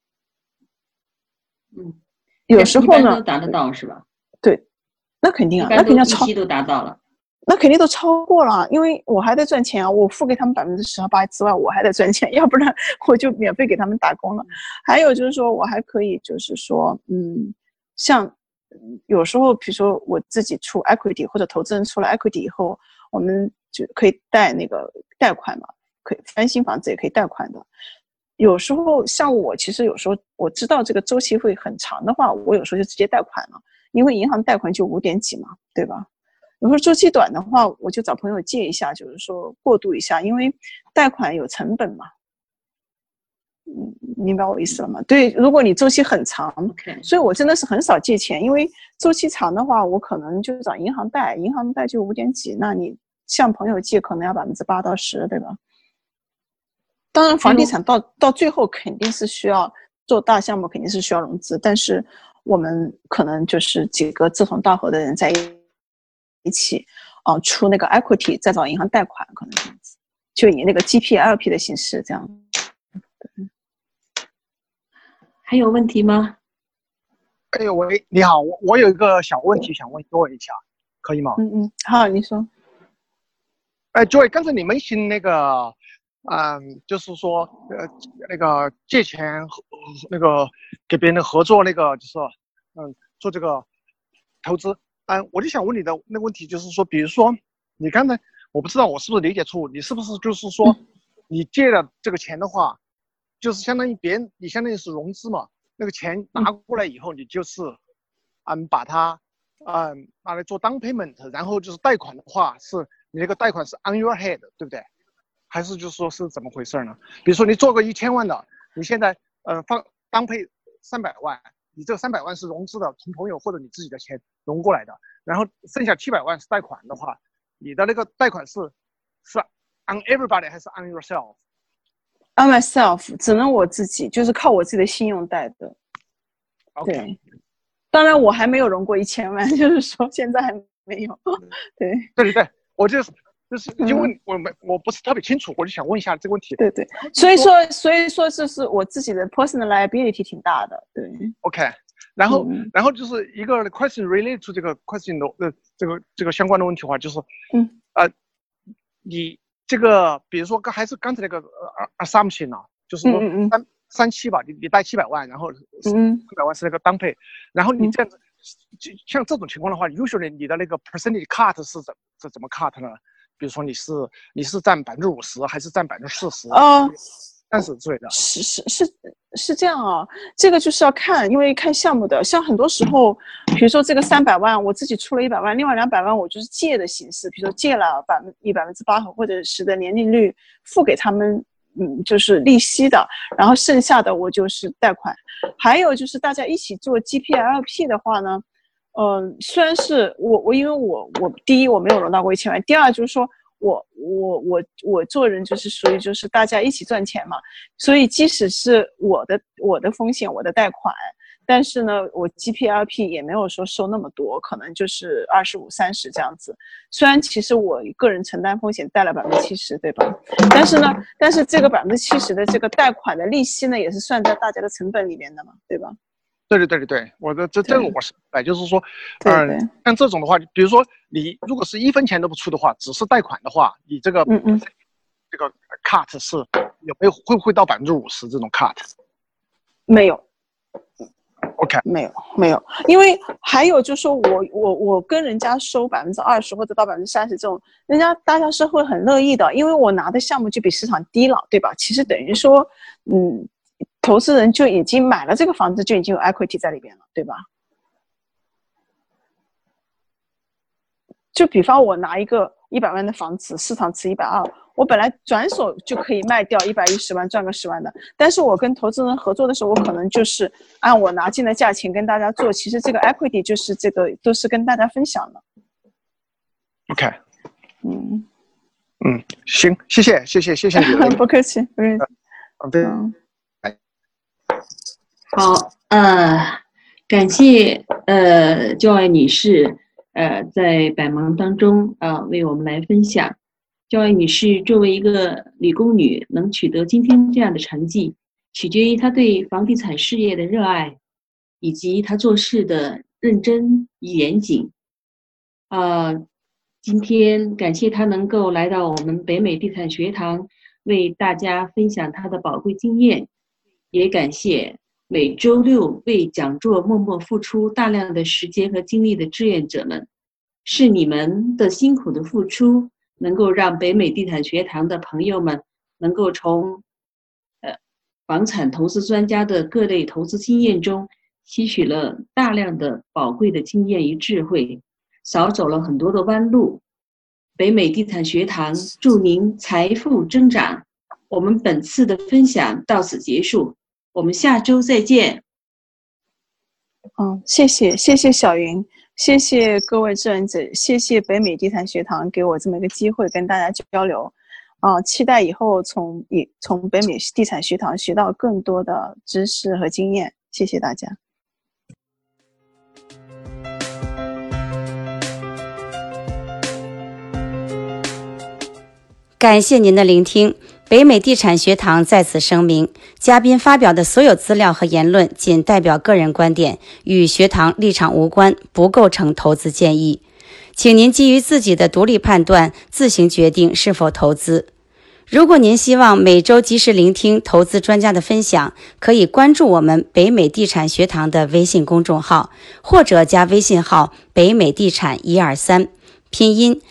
有时候呢， 一般都达得到是吧？ 对，那肯定啊，那肯定要超， 都达到了， 那肯定都超过了，因为我还得赚钱啊，我付给他们10%和8%之外，我还得赚钱，要不然我就免费给他们打工了。还有就是说，我还可以就是说，像有时候，比如说我自己出 equity 或者投资人出了 equity 以后，我们就可以贷款嘛，可以翻新房子也可以贷款的。有时候像我，其实有时候我知道这个周期会很长的话，我有时候就直接贷款了，因为银行贷款就5点几嘛，对吧？有时候周期短的话，我就找朋友借一下，就是说过渡一下，因为贷款有成本嘛。明白我意思了吗？对，如果你周期很长，所以我真的是很少借钱，因为周期长的话，我可能就找银行贷，银行贷就5点几，那你向朋友借可能要8%到10%，对吧？当然，房地产到最后肯定是需要做大项目，肯定是需要融资，但是我们可能就是几个志同道合的人在一起，出那个 equity， 再找银行贷款，可能这样子，就以那个 GPLP 的形式这样。 还有问题吗？ 哎，喂，你好，我有一个小问题想问Joy一下，可以吗？ 好，你说。 Joy，刚才你们行那个，就是说，那个借钱和那个给别人合作那个，就是，做这个投资，我就想问你的那个问题，就是说，比如说你刚才，我不知道我是不是理解错误，你是不是就是说，你借了这个钱的话，就是相当于别人，你相当于是融资嘛？那个钱拿过来以后，你就是，把它，拿来做down payment，然后就是贷款的话，是你那个贷款是 on your head， 对不对？还是就是说是怎么回事呢？比如说你做个1000万的，你现在放down pay300万，你这300万是融资的，从朋友或者你自己的钱融过来的，然后剩下700万是贷款的话，你的那个贷款是 on everybody 还是 on yourself？On myself， 只能我自己，就是靠我自己的信用贷的。 Okay. 对，当然我还没有融过1000万，就是说现在还没有。对， 我就是因为我不是特别清楚，我就想问一下这个问题。 对，所以说就是我自己的 personal liability 挺大的。对。 OK， 然后就是一个 question related to 这个 question 的这个相关的问题的话，就是你这个比如说还是刚才那个assumption 啊，就是说37吧，你贷700万，然后300万是那个down pay，然后你这样子，像这种情况的话 ，usually 你的那个 percentage cut 是怎么 cut 呢？比如说你是占50%还是占40%？但是对的， 是这样啊，这个就是要看，因为看项目的，像很多时候，比如说这个300万，我自己出了100万，另外200万我就是借的形式，比如说借了8%或者10%的年利率付给他们，就是利息的，然后剩下的我就是贷款。还有就是大家一起做 GPLP 的话呢，虽然是因为我第一我没有融到过1000万，第二就是说。我做人就是属于就是大家一起赚钱嘛，所以即使是我的风险我的贷款，但是呢我 GPLP 也没有说收那么多，可能就是25-30这样子。虽然其实我个人承担风险贷了70%，对吧？但是这个70%的这个贷款的利息呢，也是算在大家的成本里面的嘛，对吧？ 对，我的这个我是就是说，像这种的话，比如说你如果是1分钱都不出的话，只是贷款的话，你这个这个 cut 是会不会到50%这种 cut？ 没有。 OK， 没有，因为还有就是说我跟人家收20%或者到30%这种，大家是会很乐意的，因为我拿的项目就比市场低了，对吧？其实等于说，投资人就已经买了这个房子，就已经有 equity 在里边了，对吧？就比方我拿一个100万的房子，市场值120，我本来转手就可以卖掉110万，赚个10万的。但是我跟投资人合作的时候，我可能就是按我拿进的价钱跟大家做，其实这个 equity 就是这个都是跟大家分享的。 OK， 行，谢谢你。 不客气， 对。 好，感谢Joy女士在百忙当中为我们来分享。Joy女士作为一个理工女，能取得今天这样的成绩，取决于她对房地产事业的热爱，以及她做事的认真与严谨。今天感谢她能够来到我们北美地产学堂，为大家分享她的宝贵经验，也感谢每周6为讲座默默付出大量的时间和精力的志愿者们，是你们的辛苦的付出，能够让北美地产学堂的朋友们能够从房产投资专家的各类投资经验中吸取了大量的宝贵的经验与智慧，少走了很多的弯路。北美地产学堂祝您财富增长。我们本次的分享到此结束，我们下周再见。 谢谢小云， 谢谢各位志愿者，谢谢北美地产学堂给我这么一个机会跟大家交流。期待以后从北美地产学堂学到更多的知识和经验。谢谢大家。 感谢您的聆听。北美地产学堂在此声明，嘉宾发表的所有资料和言论仅代表个人观点，与学堂立场无关，不构成投资建议。请您基于自己的独立判断，自行决定是否投资。如果您希望每周及时聆听投资专家的分享，可以关注我们北美地产学堂的微信公众号，或者加微信号北美地产123，拼音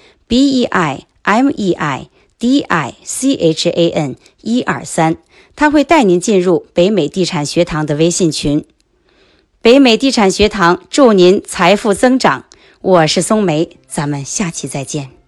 BEIMEIDICHAN123，他会带您进入北美地产学堂的微信群。北美地产学堂祝您财富增长。我是松梅，咱们下期再见。